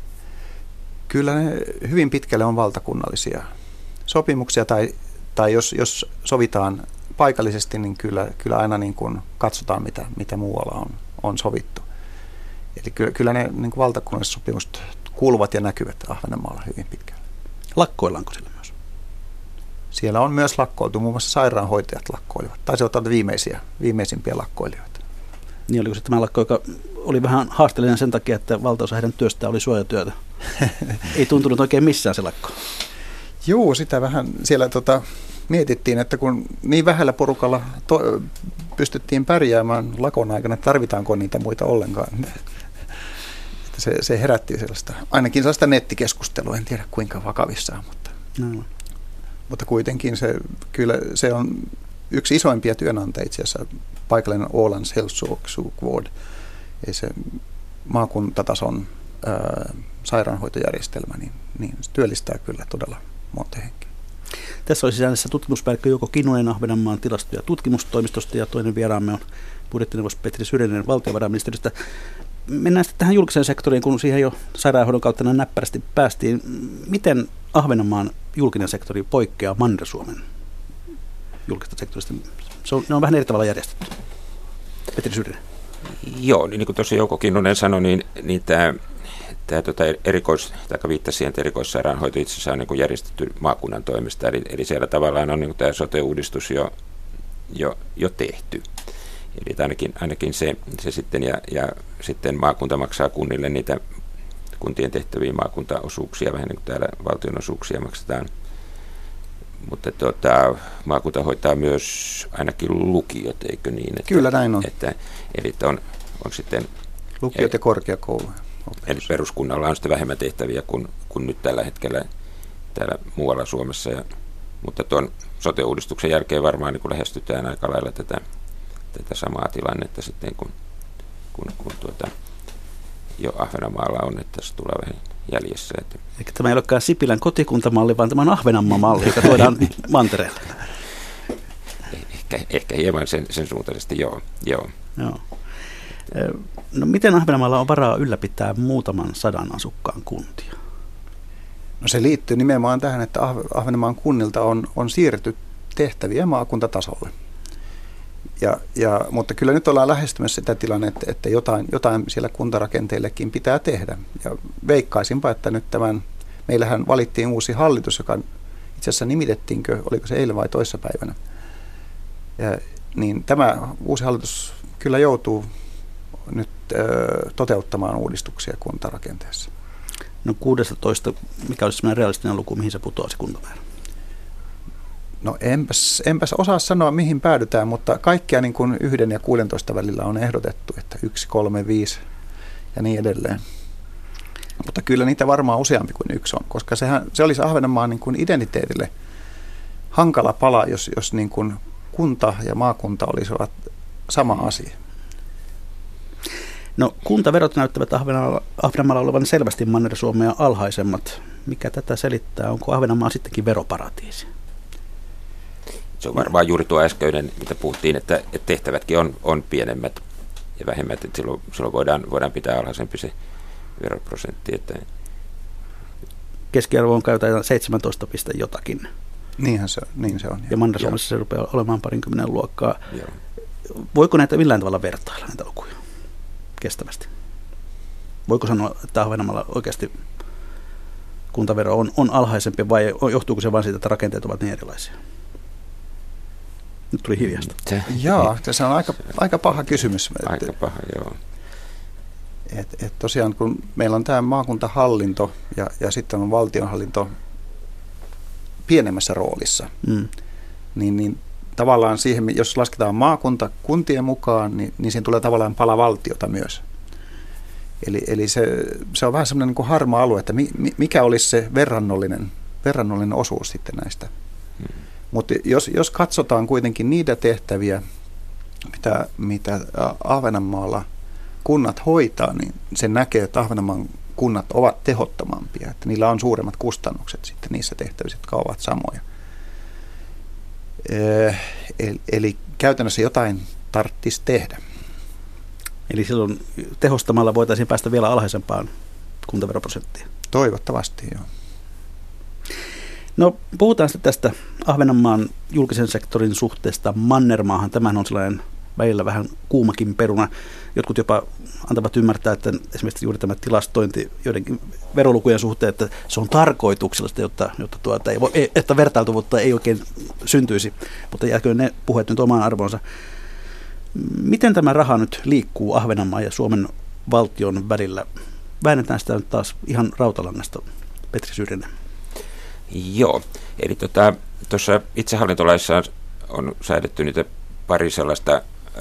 Kyllä ne hyvin pitkälle on valtakunnallisia sopimuksia, tai jos sovitaan paikallisesti, niin kyllä aina niin kuin katsotaan, mitä muualla on sovittu. Eli kyllä ne niin kuin valtakunnalliset sopimukset kuuluvat ja näkyvät Ahvenanmaalla hyvin pitkälle. Lakkoillaanko siellä myös? Siellä on myös lakkoiltu, muun muassa sairaanhoitajat lakkoilivat. Taisi ottaa viimeisimpiä lakkoilijoita. Niin oliko se tämä lakko, joka oli vähän haasteellinen sen takia, että valtaosa heidän työstään oli suojatyötä? Ei tuntunut oikein missään se lakko. Joo, sitä vähän siellä mietittiin, että kun niin vähällä porukalla pystyttiin pärjäämään lakon aikana, että tarvitaanko niitä muita ollenkaan. Se herätti ainakin sellaista nettikeskustelua, en tiedä kuinka vakavissaan, mutta kuitenkin se on yksi isoimpia työnantajia itse asiassa, paikallinen Ålands hälso-sjukvård, ei se maakuntatason sairaanhoitojärjestelmä, niin se työllistää kyllä todella monta henkeä. Tässä olisi äänessä tutkimuspäällikkö Jouko Kinnunen Ahvenanmaan tilasto- ja tutkimustoimistosta, ja toinen vieraamme on budjettineuvos Petri Syrjänen valtiovarainministeriöstä. Mennään sitten tähän julkiseen sektoriin, kun siihen jo sairaanhoidon kautta näppärästi päästiin. Miten Ahvenanmaan julkinen sektori poikkeaa Manner-Suomen julkista sektorista? Ne on vähän eri tavalla järjestetty. Petri Syrjänen. Joo, niin kuin tuossa Jouko Kinnunen sanoi, niin tämä viittasi siihen, että erikoissairaanhoito itse asiassa on niin kuin järjestetty maakunnan toimesta. Eli siellä tavallaan on niin kuin tämä sote-uudistus jo tehty. Eli ainakin se sitten, ja sitten maakunta maksaa kunnille niitä kuntien tehtäviä maakuntaosuuksia, vähän niin kuin täällä valtionosuuksia maksetaan. Mutta maakunta hoitaa myös ainakin lukiot, eikö niin? Kyllä näin on. Eli on sitten lukiot ja korkeakouluja. Eli peruskunnalla on sitten vähemmän tehtäviä kuin nyt tällä täällä muualla Suomessa. Mutta tuon sote-uudistuksen jälkeen varmaan niin kun lähestytään aika lailla tätä samaa tilannetta sitten, kun jo Ahvenanmaalla on, että se tulee vähän jäljessä. Eikä tämä ei olekaan Sipilän kotikuntamalli, vaan tämä on Ahvenanmaa-malli, joka tuodaan mantereelle. Ehkä hieman sen suuntaisesti, joo. No miten Ahvenanmaalla on varaa ylläpitää muutaman 100 asukkaan kuntia? No se liittyy nimenomaan tähän, että Ahvenanmaan kunnilta on siirretty tehtäviä maakuntatasolle. Mutta kyllä nyt ollaan lähestymässä sitä tilannetta, että jotain siellä kuntarakenteillekin pitää tehdä. Ja veikkaisinpa, että nyt meillähän valittiin uusi hallitus, joka itse asiassa nimitettiinkö, oliko se eilen vai toissapäivänä. Niin tämä uusi hallitus kyllä joutuu nyt toteuttamaan uudistuksia kuntarakenteessa. No 16, mikä olisi sellainen realistinen luku, mihin se putoaa se kuntamäärä? No enpäs osaa sanoa, mihin päädytään, mutta kaikkia niin kuin 1 ja 16 välillä on ehdotettu, että 1, 3, 5 ja niin edelleen. Mutta kyllä niitä varmaan useampi kuin 1 on, koska se olisi Ahvenanmaan niin kuin identiteetille hankala pala, jos niin kuin kunta ja maakunta olisivat sama asia. No kuntaverot näyttävät Ahvenanmaalla olevan selvästi Manner-Suomea alhaisemmat. Mikä tätä selittää? Onko Ahvenanmaa sittenkin veroparatiisi? Se on varmaan juuri tuo äskeinen, mitä puhuttiin, että tehtävätkin on pienemmät ja vähemmät. Että silloin voidaan pitää alhaisempi se veroprosentti. Että keskiarvo on käytetään 17 jotakin. Niin se on. Ja Manner-Suomessa se rupeaa olemaan 20 luokkaa. Joo. Voiko näitä millään tavalla vertailla näitä lukuja kestävästi? Voiko sanoa, että Ahvenanmaalla oikeasti kuntavero on alhaisempi vai johtuuko se vain siitä, että rakenteet ovat niin erilaisia? Nyt tuli hiljasta. Joo, se on aika paha kysymys. Aika paha, joo. Tosiaan kun meillä on tämä maakuntahallinto ja sitten on valtionhallinto pienemmässä roolissa, niin tavallaan siihen, jos lasketaan maakunta kuntien mukaan, niin siihen tulee tavallaan pala valtiota myös. Eli se on vähän semmoinen niin kuin harmaa alue, että mikä olisi se verrannollinen osuus sitten näistä. Mutta jos katsotaan kuitenkin niitä tehtäviä, mitä Ahvenanmaalla kunnat hoitaa, niin se näkee, että Ahvenanmaan kunnat ovat tehottomampia, että niillä on suuremmat kustannukset sitten niissä tehtävissä, jotka ovat samoja. Eli käytännössä jotain tarvitsisi tehdä. Eli silloin tehostamalla voitaisiin päästä vielä alhaisempaan kuntaveroprosenttiin. Toivottavasti, joo. No puhutaan sitten tästä Ahvenanmaan julkisen sektorin suhteesta Mannermaahan. Tämähän on sellainen välillä vähän kuumakin peruna. Jotkut jopa antavat ymmärtää, että esimerkiksi juuri tämä tilastointi joidenkin verolukujen suhteen, että se on tarkoituksellista, että vertailtavuutta ei oikein syntyisi. Mutta jääköön ne puheet nyt omaan arvoonsa. Miten tämä raha nyt liikkuu Ahvenanmaan ja Suomen valtion välillä? Väännetään sitä nyt taas ihan rautalangasta, Petri Syrjänen. Joo, eli tuossa itsehallintolaissa on säädetty niitä pari sellaista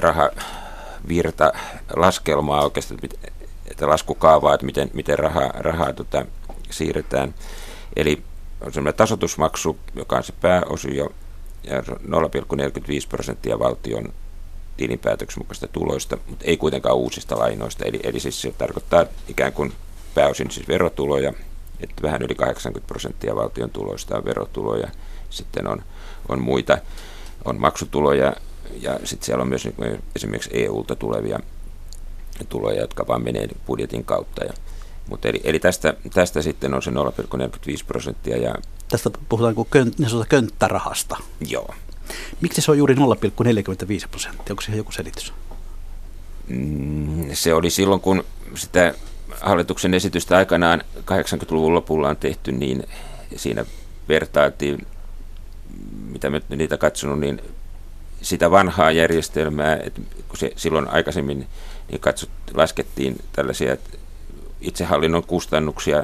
rahavirtalaskelmaa oikeastaan, että laskukaavaa, että miten rahaa siirretään. Eli on sellainen tasoitusmaksu, joka on se pääosio, ja 0,45% valtion tilinpäätöksen mukaista tuloista, mutta ei kuitenkaan uusista lainoista. Eli siis se tarkoittaa ikään kuin pääosin siis verotuloja, että vähän yli 80% valtion tuloista on verotuloja, sitten on muita, on maksutuloja ja sitten siellä on myös esimerkiksi EUlta tulevia tuloja, jotka vaan menee budjetin kautta. Eli tästä sitten on se 0,45%. Ja tästä puhutaan kuin könttärahasta. Joo. Miksi se on juuri 0,45%? Onko siihen joku selitys? Se oli silloin, kun sitä hallituksen esitystä aikanaan 80-luvun lopulla on tehty, niin siinä vertailtiin, mitä mä niitä katsonut, niin sitä vanhaa järjestelmää, että kun se silloin aikaisemmin niin laskettiin tällaisia itsehallinnon kustannuksia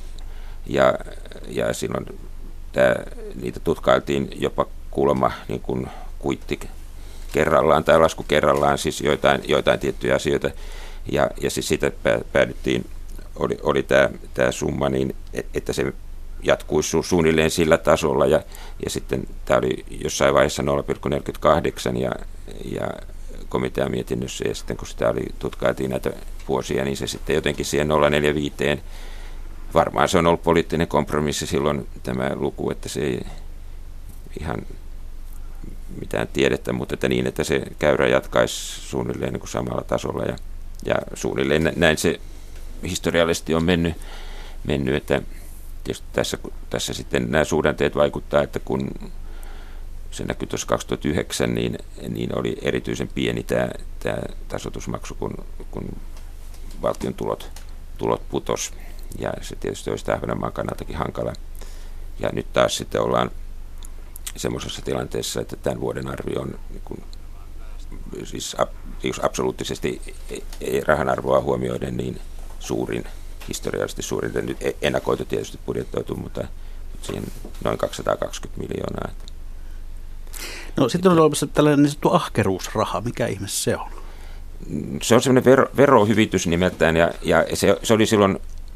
ja silloin niitä tutkailtiin jopa kuulemma niin kuin kuitti kerrallaan tai lasku kerrallaan, siis joitain tiettyjä asioita. Ja siis siitä päädyttiin, oli tämä summa, niin että se jatkuisi suunnilleen sillä tasolla, ja sitten tämä oli jossain vaiheessa 0,48, ja komitean mietinnössä, ja sitten kun sitä tutkailtiin näitä vuosia, niin se sitten jotenkin siihen 0,45, varmaan se on ollut poliittinen kompromissi silloin tämä luku, että se ei ihan mitään tiedettä, mutta että niin, että se käyrä jatkaisi suunnilleen niin kuin samalla tasolla, ja suunnilleen näin se historiallisesti on mennyt, että tietysti tässä sitten nämä suhdanteet vaikuttaa, että kun se näkyy tuossa 2009, niin oli erityisen pieni tämä tasoitusmaksu, kun valtion tulot putos, ja se tietysti olisi Ahvenanmaan kannaltakin hankala. Ja nyt taas sitten ollaan semmoisessa tilanteessa, että tämän vuoden arvio on siis absoluuttisesti rahan arvoa huomioiden niin historiallisesti suurin, nyt ennakoitu tietysti budjettoitu, mutta siihen noin 220 miljoonaa. No sitten on olemassa tällainen niin sanottu ahkeruusraha. Mikä ihme se on? Se on semmoinen verohyvitys nimeltään, ja se oli silloin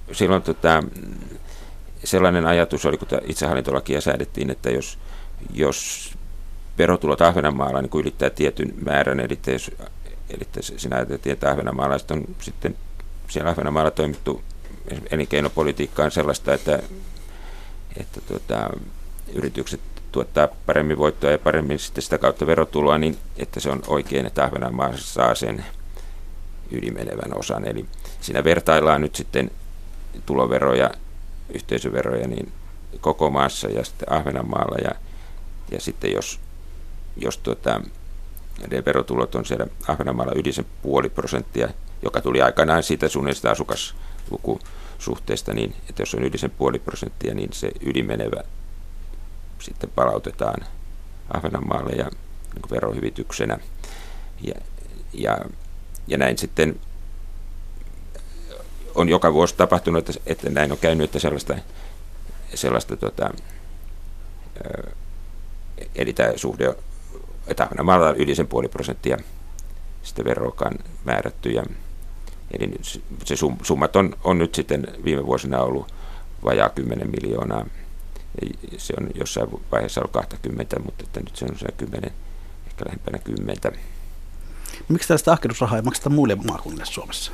sellainen ajatus, oli kun itsehallintolakia säädettiin, että jos verotulot Ahvenanmaalla niin ylittää tietyn määrän, eli sinä ajateltiin, että ahvenanmaalaiset on sitten siellä Ahvenanmaalla toimittu elinkeinopolitiikkaan sellaista, että yritykset tuottaa paremmin voittoa ja paremmin sitten sitä kautta verotuloa, niin että se on oikein, että Ahvenanmaa saa sen ylimenevän osan. Eli siinä vertaillaan nyt sitten tuloveroja, yhteisöveroja niin koko maassa ja sitten Ahvenanmaalla, ja sitten jos ne verotulot on siellä Ahvenanmaalla yli sen 0,5%, joka tuli aikanaan siitä suunnilleen asukaslukusuhteesta, niin että jos on yli sen 0,5%, niin se ylimenevä sitten palautetaan Ahvenanmaalle ja niin verohyvityksenä. Ja näin sitten on joka vuosi tapahtunut, että näin on käynyt, että sellaista eli tämä suhde, että Ahvenanmaalla on yli sen 0,5% sitten veroakaan määrätty. Eli se summat on nyt sitten viime vuosina ollut vajaa 10 miljoonaa. Se on jossain vaiheessa ollut 20, mutta että nyt se on se 10, ehkä lähempänä 10. Miksi tällaista ahkerusrahaa ei makseta muille maakunnille Suomessa?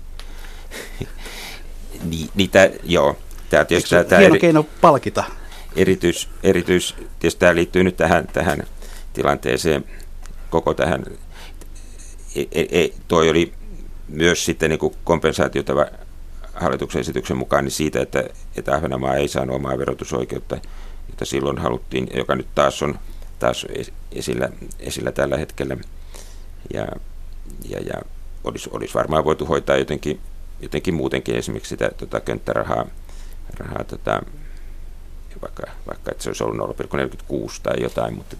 Joo. Tämä tietysti hieno keino palkita. Tietysti tämä liittyy nyt tähän tilanteeseen, koko tähän. Toi oli myös sitten niin kuin kompensaatiota hallituksen esityksen mukaan niin siitä, että Ahvenanmaa ei saanut omaa verotusoikeutta, jota silloin haluttiin, joka nyt taas on esillä tällä hetkellä. Ja olisi varmaan voitu hoitaa jotenkin muutenkin, esimerkiksi sitä könttärahaa, vaikka että se olisi ollut 0,46 tai jotain, mutta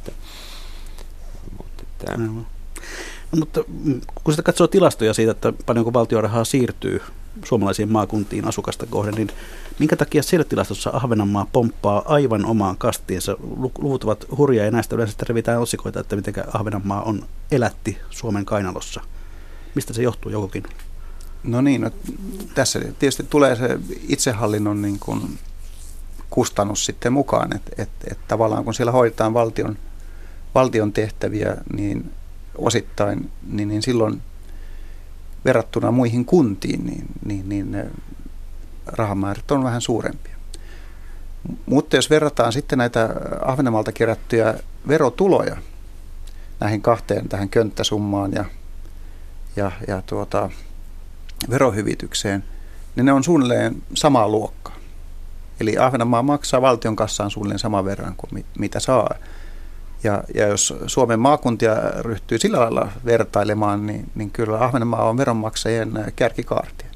mutta kun sitä katsoo tilastoja siitä, että paljonko valtion rahaa siirtyy suomalaisiin maakuntiin asukasta kohden, niin minkä takia siellä tilastossa Ahvenanmaa pomppaa aivan omaan kastiinsa? Luvut ovat hurjaa, ja näistä yleensä revitään otsikoita, että miten Ahvenanmaa elätti Suomen kainalossa. Mistä se johtuu jokukin? No niin, tässä tietysti tulee se itsehallinnon niin kuin kustannus sitten mukaan, että tavallaan kun siellä hoidetaan valtion tehtäviä, niin osittain, niin silloin verrattuna muihin kuntiin, niin rahamäärät on vähän suurempia. Mutta jos verrataan sitten näitä Ahvenanmaalta kerättyjä verotuloja näihin kahteen, tähän könttäsummaan ja verohyvitykseen, niin ne on suunnilleen samaa luokkaa. Eli Ahvenanmaa maksaa valtion kassaan suunnilleen saman verran kuin mitä saa. Ja jos Suomen maakuntia ryhtyy sillä lailla vertailemaan, niin kyllä Ahvenanmaa on veronmaksajien kärkikaartia.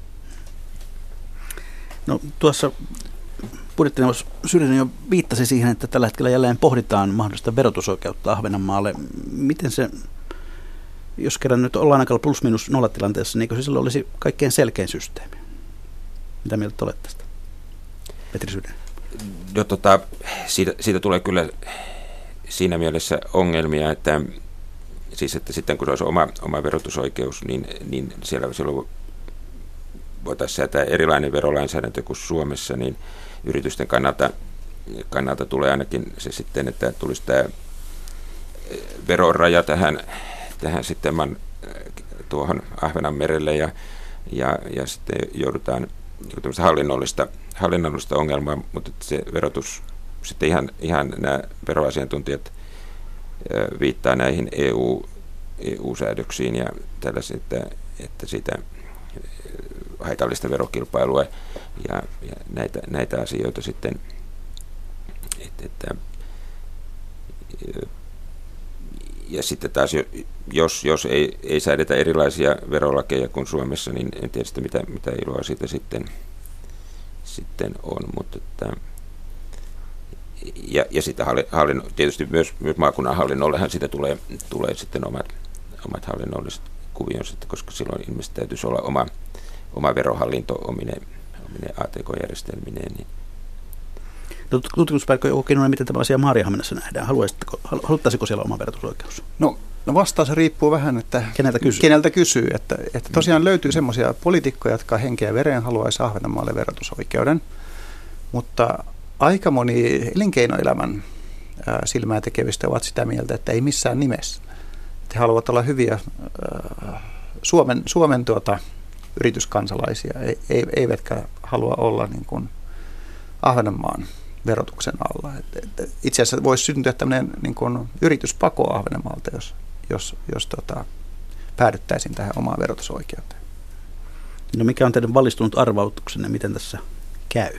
No tuossa budjettineuvos Syrjänen jo viittasi siihen, että tällä hetkellä jälleen pohditaan mahdollista verotusoikeutta Ahvenanmaalle. Miten se, jos kerran nyt ollaan aika plus-minus nollatilanteessa, niin se silloin olisi kaikkein selkein systeemi? Mitä mieltä olet tästä, Petri Syrjänen? No, siitä tulee kyllä siinä mielessä ongelmia, että sitten kun se olisi oma verotusoikeus, niin siellä silloin voitaisiin säätää erilainen verolainsäädäntö kuin Suomessa, niin yritysten kannalta tulee ainakin se sitten, että tulisi tämä veroraja tähän sitten tuohon Ahvenanmerelle ja sitten joudutaan hallinnollista ongelmaa, mutta se verotus sitten ihan nämä veroasiantuntijat viittaa näihin EU-säädöksiin ja tällaisiin, että siitä haitallista verokilpailua ja näitä asioita sitten, ja sitten taas jos ei säädetä erilaisia verolakeja kuin Suomessa, niin en tiedä sitä, mitä iloa siitä sitten on, mutta ja sitten tietysti myös maakunnan hallinnollehan siitä tulee sitten omat hallinnolliset kuvionsa, koska silloin ilmeisesti täytyisi olla oma verohallinto omine ATK-järjestelmineen. Niin. No, tutkimuspäällikkö Jouko Kinnunen, miten tämä asia Maarianhaminassa nähdään? Haluttaisiko siellä oma verotusoikeus? No vastaus riippuu vähän, että keneltä kysyy. Että tosiaan löytyy semmoisia poliitikkoja, jotka henkeä ja vereen haluaisi Ahvenanmaalle verotusoikeuden, mutta aika moni elinkeinoelämän silmää tekevistä ovat sitä mieltä, että ei missään nimessä. He haluavat olla hyviä Suomen yrityskansalaisia, eivätkä halua olla niin kuin Ahvenanmaan verotuksen alla. Itse asiassa voisi syntyä tämmöinen niin kuin yrityspako Ahvenanmaalta, jos päädyttäisiin tähän omaan verotusoikeuteen. No mikä on teidän valistunut arvautuksenne, miten tässä käy?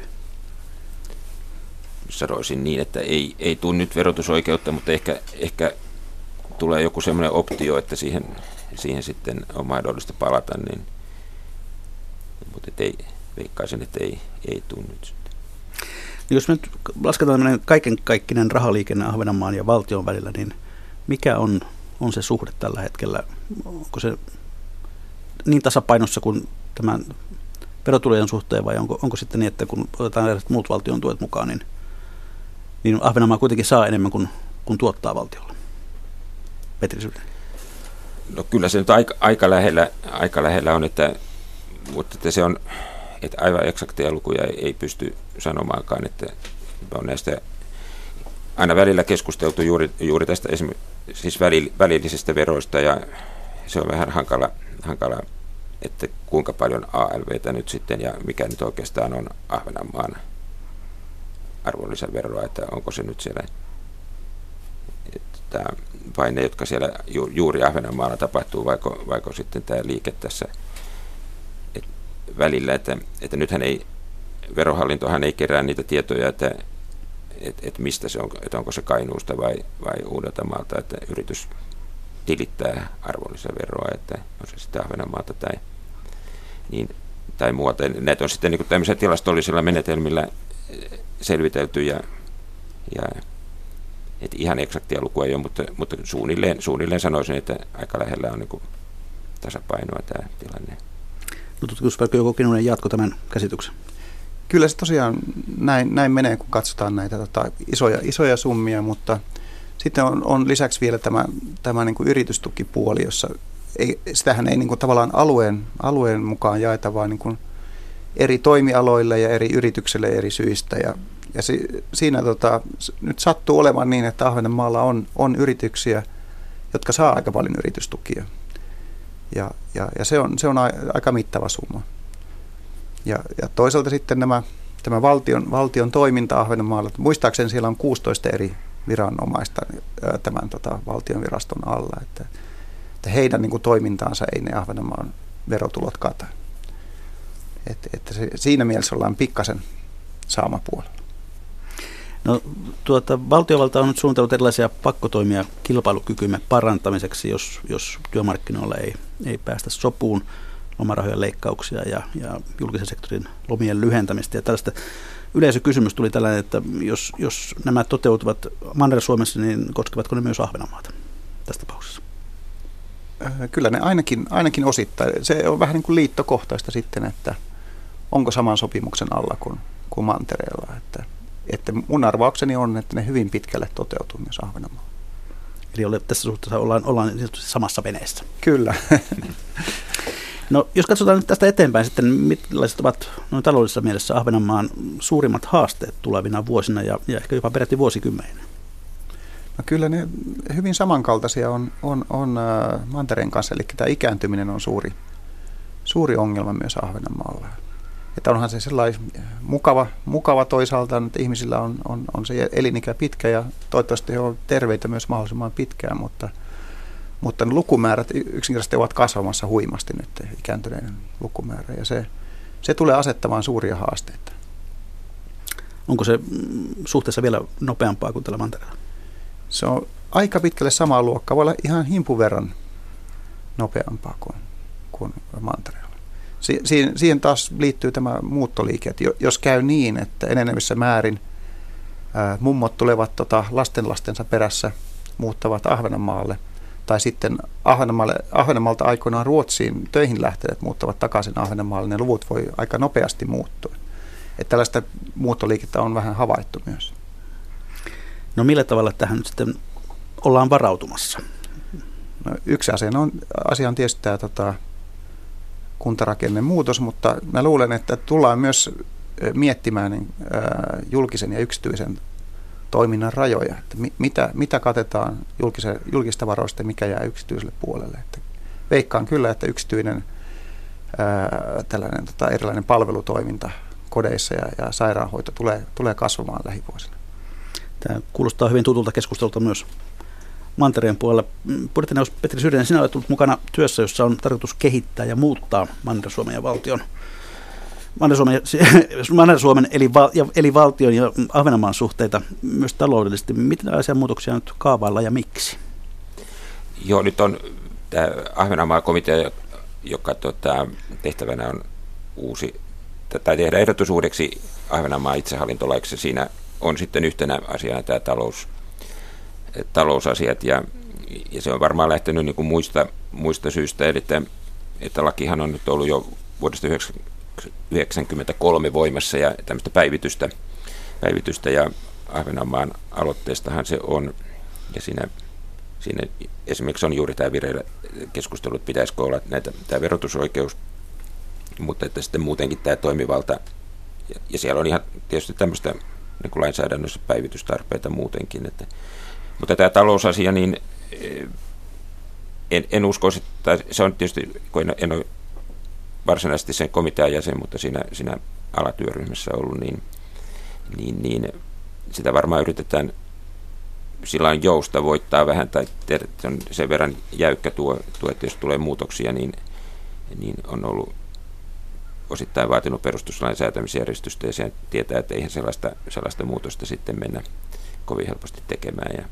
Sanoisin niin, että ei tule nyt verotusoikeutta, mutta ehkä tulee joku semmoinen optio, että siihen sitten on mahdollista palata, niin, mutta veikkaisin, että ei tule nyt. Jos me nyt lasketaan kaikenkaikkinen rahaliikenne Ahvenanmaan ja valtion välillä, niin mikä on se suhde tällä hetkellä? Onko se niin tasapainossa kuin tämän verotulojen suhteen vai onko sitten niin, että kun otetaan eräät muut valtion tuet mukaan, niin Ahvenanmaa kuitenkin saa enemmän kuin tuottaa valtiolle? Petri Sylinen. No kyllä se nyt aika lähellä on, mutta että se on, että aivan eksakteja lukuja ei pysty sanomaankaan, että on näistä aina välillä keskusteltu juuri tästä siis välillisistä veroista ja se on vähän hankala, että kuinka paljon ALVtä nyt sitten ja mikä nyt oikeastaan on Ahvenanmaan arvonlisäveroa, että onko se nyt siellä vai ne, jotka siellä juuri Ahvenanmaalla tapahtuu, vaiko sitten tämä liike tässä välillä, että nythän verohallintohan ei kerää niitä tietoja, että mistä se on, että onko se Kainuusta vai Uudeltamaalta, että yritys tilittää arvonlisäveroa, että on se sitten Ahvenanmaalta tai muuta. Näitä on sitten niin kuin tämmöisillä tilastollisilla menetelmillä selvitelty ja että ihan eksaktia lukua ei ole, mutta suunnilleen sanoisin, että aika lähellä on niin kuin tasapainoa tämä tilanne. No tutkimuspäällikkö Jouko Kinnunen, jatko tämän käsityksen? Kyllä se tosiaan näin menee, kun katsotaan näitä isoja summia, mutta sitten on lisäksi vielä tämä niin kuin yritystukipuoli, jossa sitähän ei niin kuin tavallaan alueen mukaan jaeta, vaan niin kuin eri toimialoille ja eri yrityksille eri syistä. Ja siinä nyt sattuu olemaan niin, että Ahvenanmaalla on yrityksiä, jotka saa aika paljon yritystukia. Ja se on aika mittava summa. Ja toisaalta sitten tämä valtion toiminta Ahvenanmaalla, muistaakseni siellä on 16 eri viranomaista tämän valtion viraston alla, että heidän niin kuin toimintaansa ei ne Ahvenanmaan verotulot kata. Että siinä mielessä ollaan pikkasen saamapuolella. No, valtiovalta on nyt suunnitellut erilaisia pakkotoimia kilpailukykymme parantamiseksi, jos työmarkkinoilla ei päästä sopuun, lomarahojen leikkauksia ja julkisen sektorin lomien lyhentämistä. Ja tällaista yleisökysymys tuli tällainen, että jos nämä toteutuvat Manner-Suomessa, niin koskevatko ne myös Ahvenanmaata tässä tapauksessa? Kyllä ne ainakin osittain. Se on vähän niin kuin liittokohtaista sitten, että onko saman sopimuksen alla kuin Mantereella. Että mun arvaukseni on, että ne hyvin pitkälle toteutuu myös Ahvenanmaalla. Eli tässä suhteessa ollaan samassa veneessä. Kyllä. No, jos katsotaan nyt tästä eteenpäin sitten, millaiset ovat noin taloudellisessa mielessä Ahvenanmaan suurimmat haasteet tulevina vuosina ja ehkä jopa peräti vuosikymmeninä? No kyllä ne hyvin samankaltaisia on mantereen kanssa, eli tämä ikääntyminen on suuri ongelma myös Ahvenanmaalla. Että onhan se sellainen mukava toisaalta, että ihmisillä on se elinikä pitkä ja toivottavasti he ovat terveitä myös mahdollisimman pitkään, mutta ne lukumäärät yksinkertaisesti ovat kasvamassa huimasti nyt, ikääntyneiden lukumäärä, ja se tulee asettamaan suuria haasteita. Onko se suhteessa vielä nopeampaa kuin tällä mantereella? Se on aika pitkälle samaa luokkaa, voi olla ihan himpun verran nopeampaa kuin mantereella. Siihen taas liittyy tämä muuttoliike, että jos käy niin, että enenevissä määrin mummot tulevat lastenlastensa perässä, muuttavat Ahvenanmaalle, tai sitten Ahvenanmaalta aikoinaan Ruotsiin töihin lähteneet muuttavat takaisin Ahvenanmaalle, ne luvut voi aika nopeasti muuttua. Että tällaista muuttoliikettä on vähän havaittu myös. No millä tavalla tähän nyt sitten ollaan varautumassa? No, yksi asia on tietysti tämä kuntarakennemuutos, mutta mä luulen, että tullaan myös miettimään julkisen ja yksityisen toiminnan rajoja, että mitä katetaan julkista varoista ja mikä jää yksityiselle puolelle. Että veikkaan kyllä, että yksityinen tällainen erilainen palvelutoiminta kodeissa ja sairaanhoito tulee kasvamaan lähivuosina. Tämä kuulostaa hyvin tutulta keskustelulta myös mantereen puolella. Budjettineuvos Petri Syrjänen, sinä olet ollut mukana työssä, jossa on tarkoitus kehittää ja muuttaa Manner-Suomen ja valtion, Manner-Suomen eli valtion ja Ahvenanmaan suhteita myös taloudellisesti. Mitä muutoksia nyt kaavaillaan ja miksi? Joo, nyt on tämä Ahvenanmaan komitea, joka tehtävänä on tai tehdä ehdotus uudeksi Ahvenanmaan itsehallintolaiksi. Siinä on sitten yhtenä asiana tämä talousasiat ja se on varmaan lähtenyt niin kuin muista syistä, eli että lakihan on nyt ollut jo vuodesta 1993 voimassa ja tämmöistä päivitystä ja Ahvenanmaan aloitteestahan se on ja siinä esimerkiksi on juuri tämä vireillä keskustelu, että pitäisikö olla tämä verotusoikeus, mutta että sitten muutenkin tämä toimivalta ja siellä on ihan tietysti tämmöistä niin kuin lainsäädännössä päivitystarpeita muutenkin, mutta tämä talousasia, niin en usko, että se on tietysti, kun en ole varsinaisesti sen komitean jäsen, mutta siinä alatyöryhmässä ollut, niin sitä varmaan yritetään sillä on joustavoittaa vähän, tai se on sen verran jäykkä tuo, että jos tulee muutoksia, niin on ollut osittain vaatinut perustuslain säätämisjärjestystä, ja se tietää, että eihän sellaista muutosta sitten mennä kovin helposti tekemään.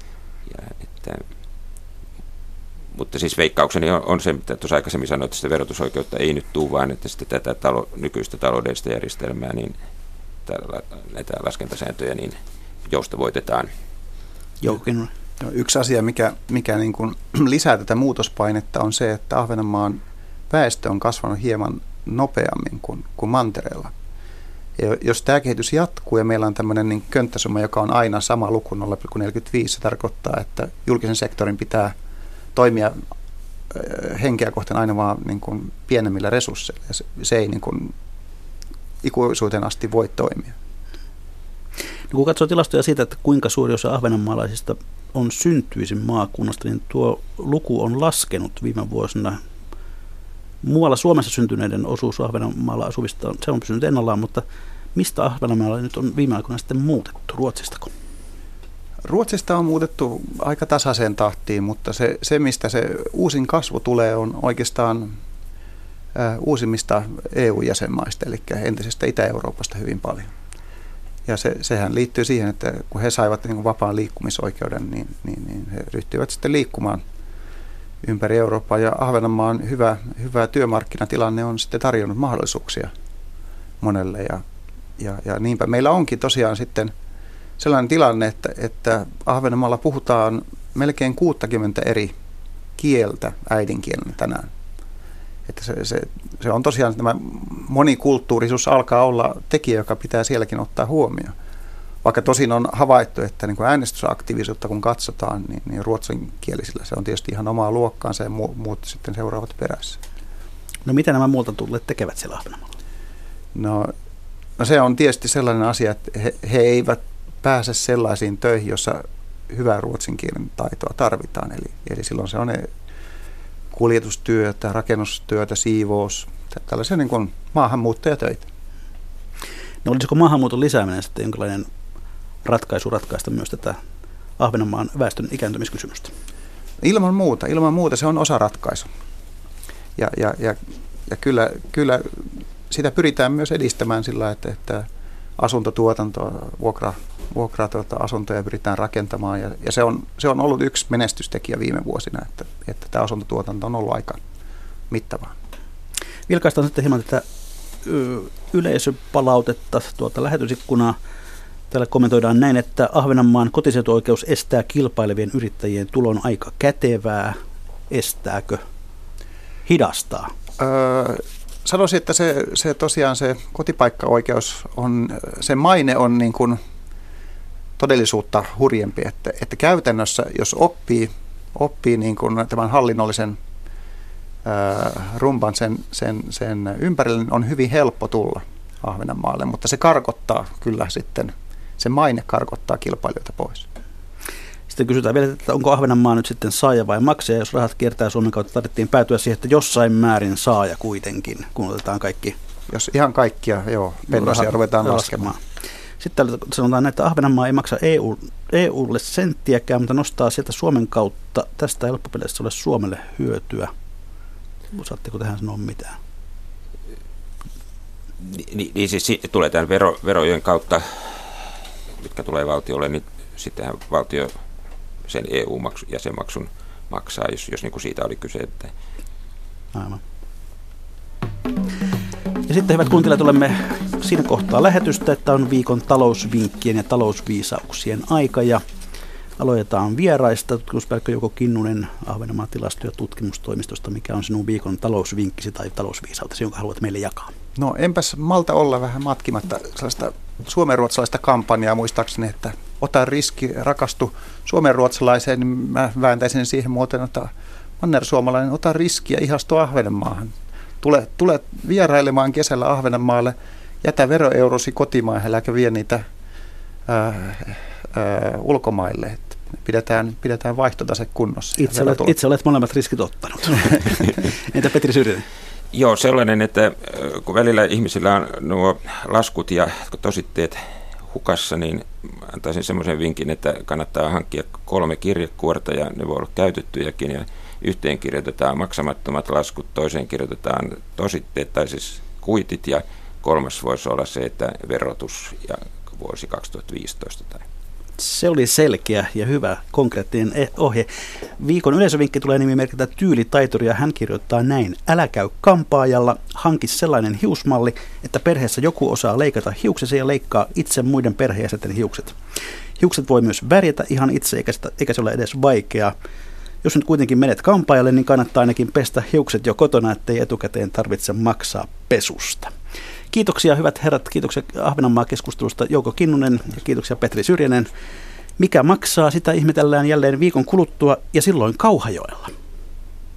Mutta siis veikkaukseni on se, mitä tuossa aikaisemmin sanoin, että sitä verotusoikeutta ei nyt tule, vaan että sitten tätä nykyistä taloudellista järjestelmää, niin näitä laskentasääntöjä niin joustavoitetaan. Yksi asia, mikä niin kuin lisää tätä muutospainetta, on se, että Ahvenanmaan väestö on kasvanut hieman nopeammin kuin mantereella. Ja jos tämä kehitys jatkuu ja meillä on tämmöinen niin könttäsumma, joka on aina sama luku 0,45, se tarkoittaa, että julkisen sektorin pitää toimia henkeä kohtaan aina vaan niin kuin pienemmillä resursseilla. Ja se ei niin kuin ikuisuuteen asti voi toimia. No, kun katsoo tilastoja siitä, että kuinka suuri osa ahvenanmaalaisista on syntyisin maakunnasta, niin tuo luku on laskenut viime vuosina. Muualla Suomessa syntyneiden osuus Ahvenanmaalla asuvista se on pysynyt ennallaan, mutta mistä Ahvenanmaalla nyt on viime aikoina sitten muutettu? Ruotsistako? Ruotsista on muutettu aika tasaiseen tahtiin, mutta se mistä se uusin kasvu tulee, on oikeastaan uusimmista EU-jäsenmaista, eli entisestä Itä-Euroopasta hyvin paljon. Ja sehän liittyy siihen, että kun he saivat niin kuin vapaan liikkumisoikeuden, niin he ryhtyivät sitten liikkumaan ympäri Eurooppaa. Ja Ahvenanmaan hyvä työmarkkinatilanne on sitten tarjonnut mahdollisuuksia monelle. Ja niinpä meillä onkin tosiaan sitten sellainen tilanne, että Ahvenanmaalla puhutaan melkein 60 eri kieltä äidinkielenä tänään. Että se on tosiaan tämä monikulttuurisuus alkaa olla tekijä, joka pitää sielläkin ottaa huomioon. Vaikka tosin on havaittu, että niin kuin äänestysaktiivisuutta kun katsotaan, niin ruotsinkielisillä se on tietysti ihan omaa luokkaansa ja muut sitten seuraavat perässä. No mitä nämä muualta tulleet tekevät siellä Ahvenanmaalla? No se on tietysti sellainen asia, että he eivät pääse sellaisiin töihin, jossa hyvää ruotsin kielen taitoa tarvitaan. Eli silloin se on kuljetustyötä, rakennustyötä, siivous, tällaisia niin kuin maahanmuuttajatöitä. No olisiko maahanmuuton lisääminen sitten jonkinlainen ratkaisu ratkaista myös tätä Ahvenanmaan väestön ikääntymiskysymystä? Ilman muuta se on osa ratkaisu. Ja kyllä sitä pyritään myös edistämään sillä, että asuntotuotantoa, asuntoja pyritään rakentamaan. Ja se on ollut yksi menestystekijä viime vuosina, että tämä asuntotuotanto on ollut aika mittavaa. Vilkaistaan sitten hieman tätä yleisöpalautetta tuolta lähetysikkunaa. Täällä kommentoidaan näin, että Ahvenanmaan kotiseutuoikeus estää kilpailevien yrittäjien tulon aika kätevää. Estääkö? Hidastaa? Sanoisin, että se tosiaan se kotipaikkaoikeus se maine on niin kuin todellisuutta hurjempi, että käytännössä jos oppii niin kuin tämän hallinnollisen rumban sen ympärille, niin on hyvin helppo tulla Ahvenanmaalle, mutta se karkottaa kyllä sitten, se maine karkottaa kilpailijoita pois. Sitten kysytään vielä, että onko Ahvenanmaa nyt sitten saaja vai maksaja, jos rahat kiertää Suomen kautta, tarvittiin päätyä siihen, että jossain määrin saaja kuitenkin, kun otetaan kaikki. Jos ihan kaikkia, pennosia ruvetaan laskemaan. Sitten täällä sanotaan, että Ahvenanmaa ei maksa EUlle senttiäkään, mutta nostaa sieltä Suomen kautta. Tästä ei loppupeleissä ole Suomelle hyötyä. Osaatteko tähän sanoa mitään? Niin siis tulee tämän verojen kautta, mitkä tulee valtiolle, niin sittenhän valtio sen EU-jäsenmaksun maksaa, jos niin kuin siitä oli kyse. Että. Aivan. Ja sitten hyvät kuuntelijat, tulemme siinä kohtaa lähetystä, että on viikon talousvinkkien ja talousviisauksien aika ja aloitetaan vieraista. Tutkimuspäällikkö Jouko Kinnunen Ahvenanmaan tilasto- ja tutkimustoimistosta. Mikä on sinun viikon talousvinkkisi tai talousviisautesi, jonka haluat meille jakaa? No enpäs malta olla vähän matkimatta sellaista suomenruotsalaista kampanjaa muistaakseni, että ota riski, rakastu suomenruotsalaiseen, niin mä vääntäisin siihen muotoon, että mannersuomalainen, ota riskiä, ihastu Ahvenanmaahan. Tule vierailemaan kesällä Ahvenanmaalle, jätä veroeurosi kotimaahan, äläkä vie niitä ulkomaille. Että pidetään vaihtotase kunnossa. Itse olet molemmat riskit ottanut. Entä Petri Syrjänen? Joo, sellainen, että kun välillä ihmisillä on nuo laskut ja tositteet hukassa, niin antaisin semmoisen vinkin, että kannattaa hankkia 3 kirjekuorta ja ne voi olla käytettyjäkin ja yhteen kirjoitetaan maksamattomat laskut, toiseen kirjoitetaan tositteet tai siis kuitit ja kolmas voisi olla se, että verotus ja vuosi 2015 tai. Se oli selkeä ja hyvä konkreettinen ohje. Viikon yleisövinkki tulee nimimerkiltä Tyylitaituri ja hän kirjoittaa näin. Älä käy kampaajalla, hanki sellainen hiusmalli, että perheessä joku osaa leikata hiuksesi ja leikkaa itse muiden perheenjäsenten hiukset. Hiukset voi myös värjätä ihan itse, eikä se ole edes vaikeaa. Jos nyt kuitenkin menet kampaajalle, niin kannattaa ainakin pestä hiukset jo kotona, ettei etukäteen tarvitse maksaa pesusta. Kiitoksia hyvät herrat, kiitoksia Ahvenanmaa-keskustelusta Jouko Kinnunen ja kiitoksia Petri Syrjänen. Mikä maksaa, sitä ihmetellään jälleen viikon kuluttua ja silloin Kauhajoella.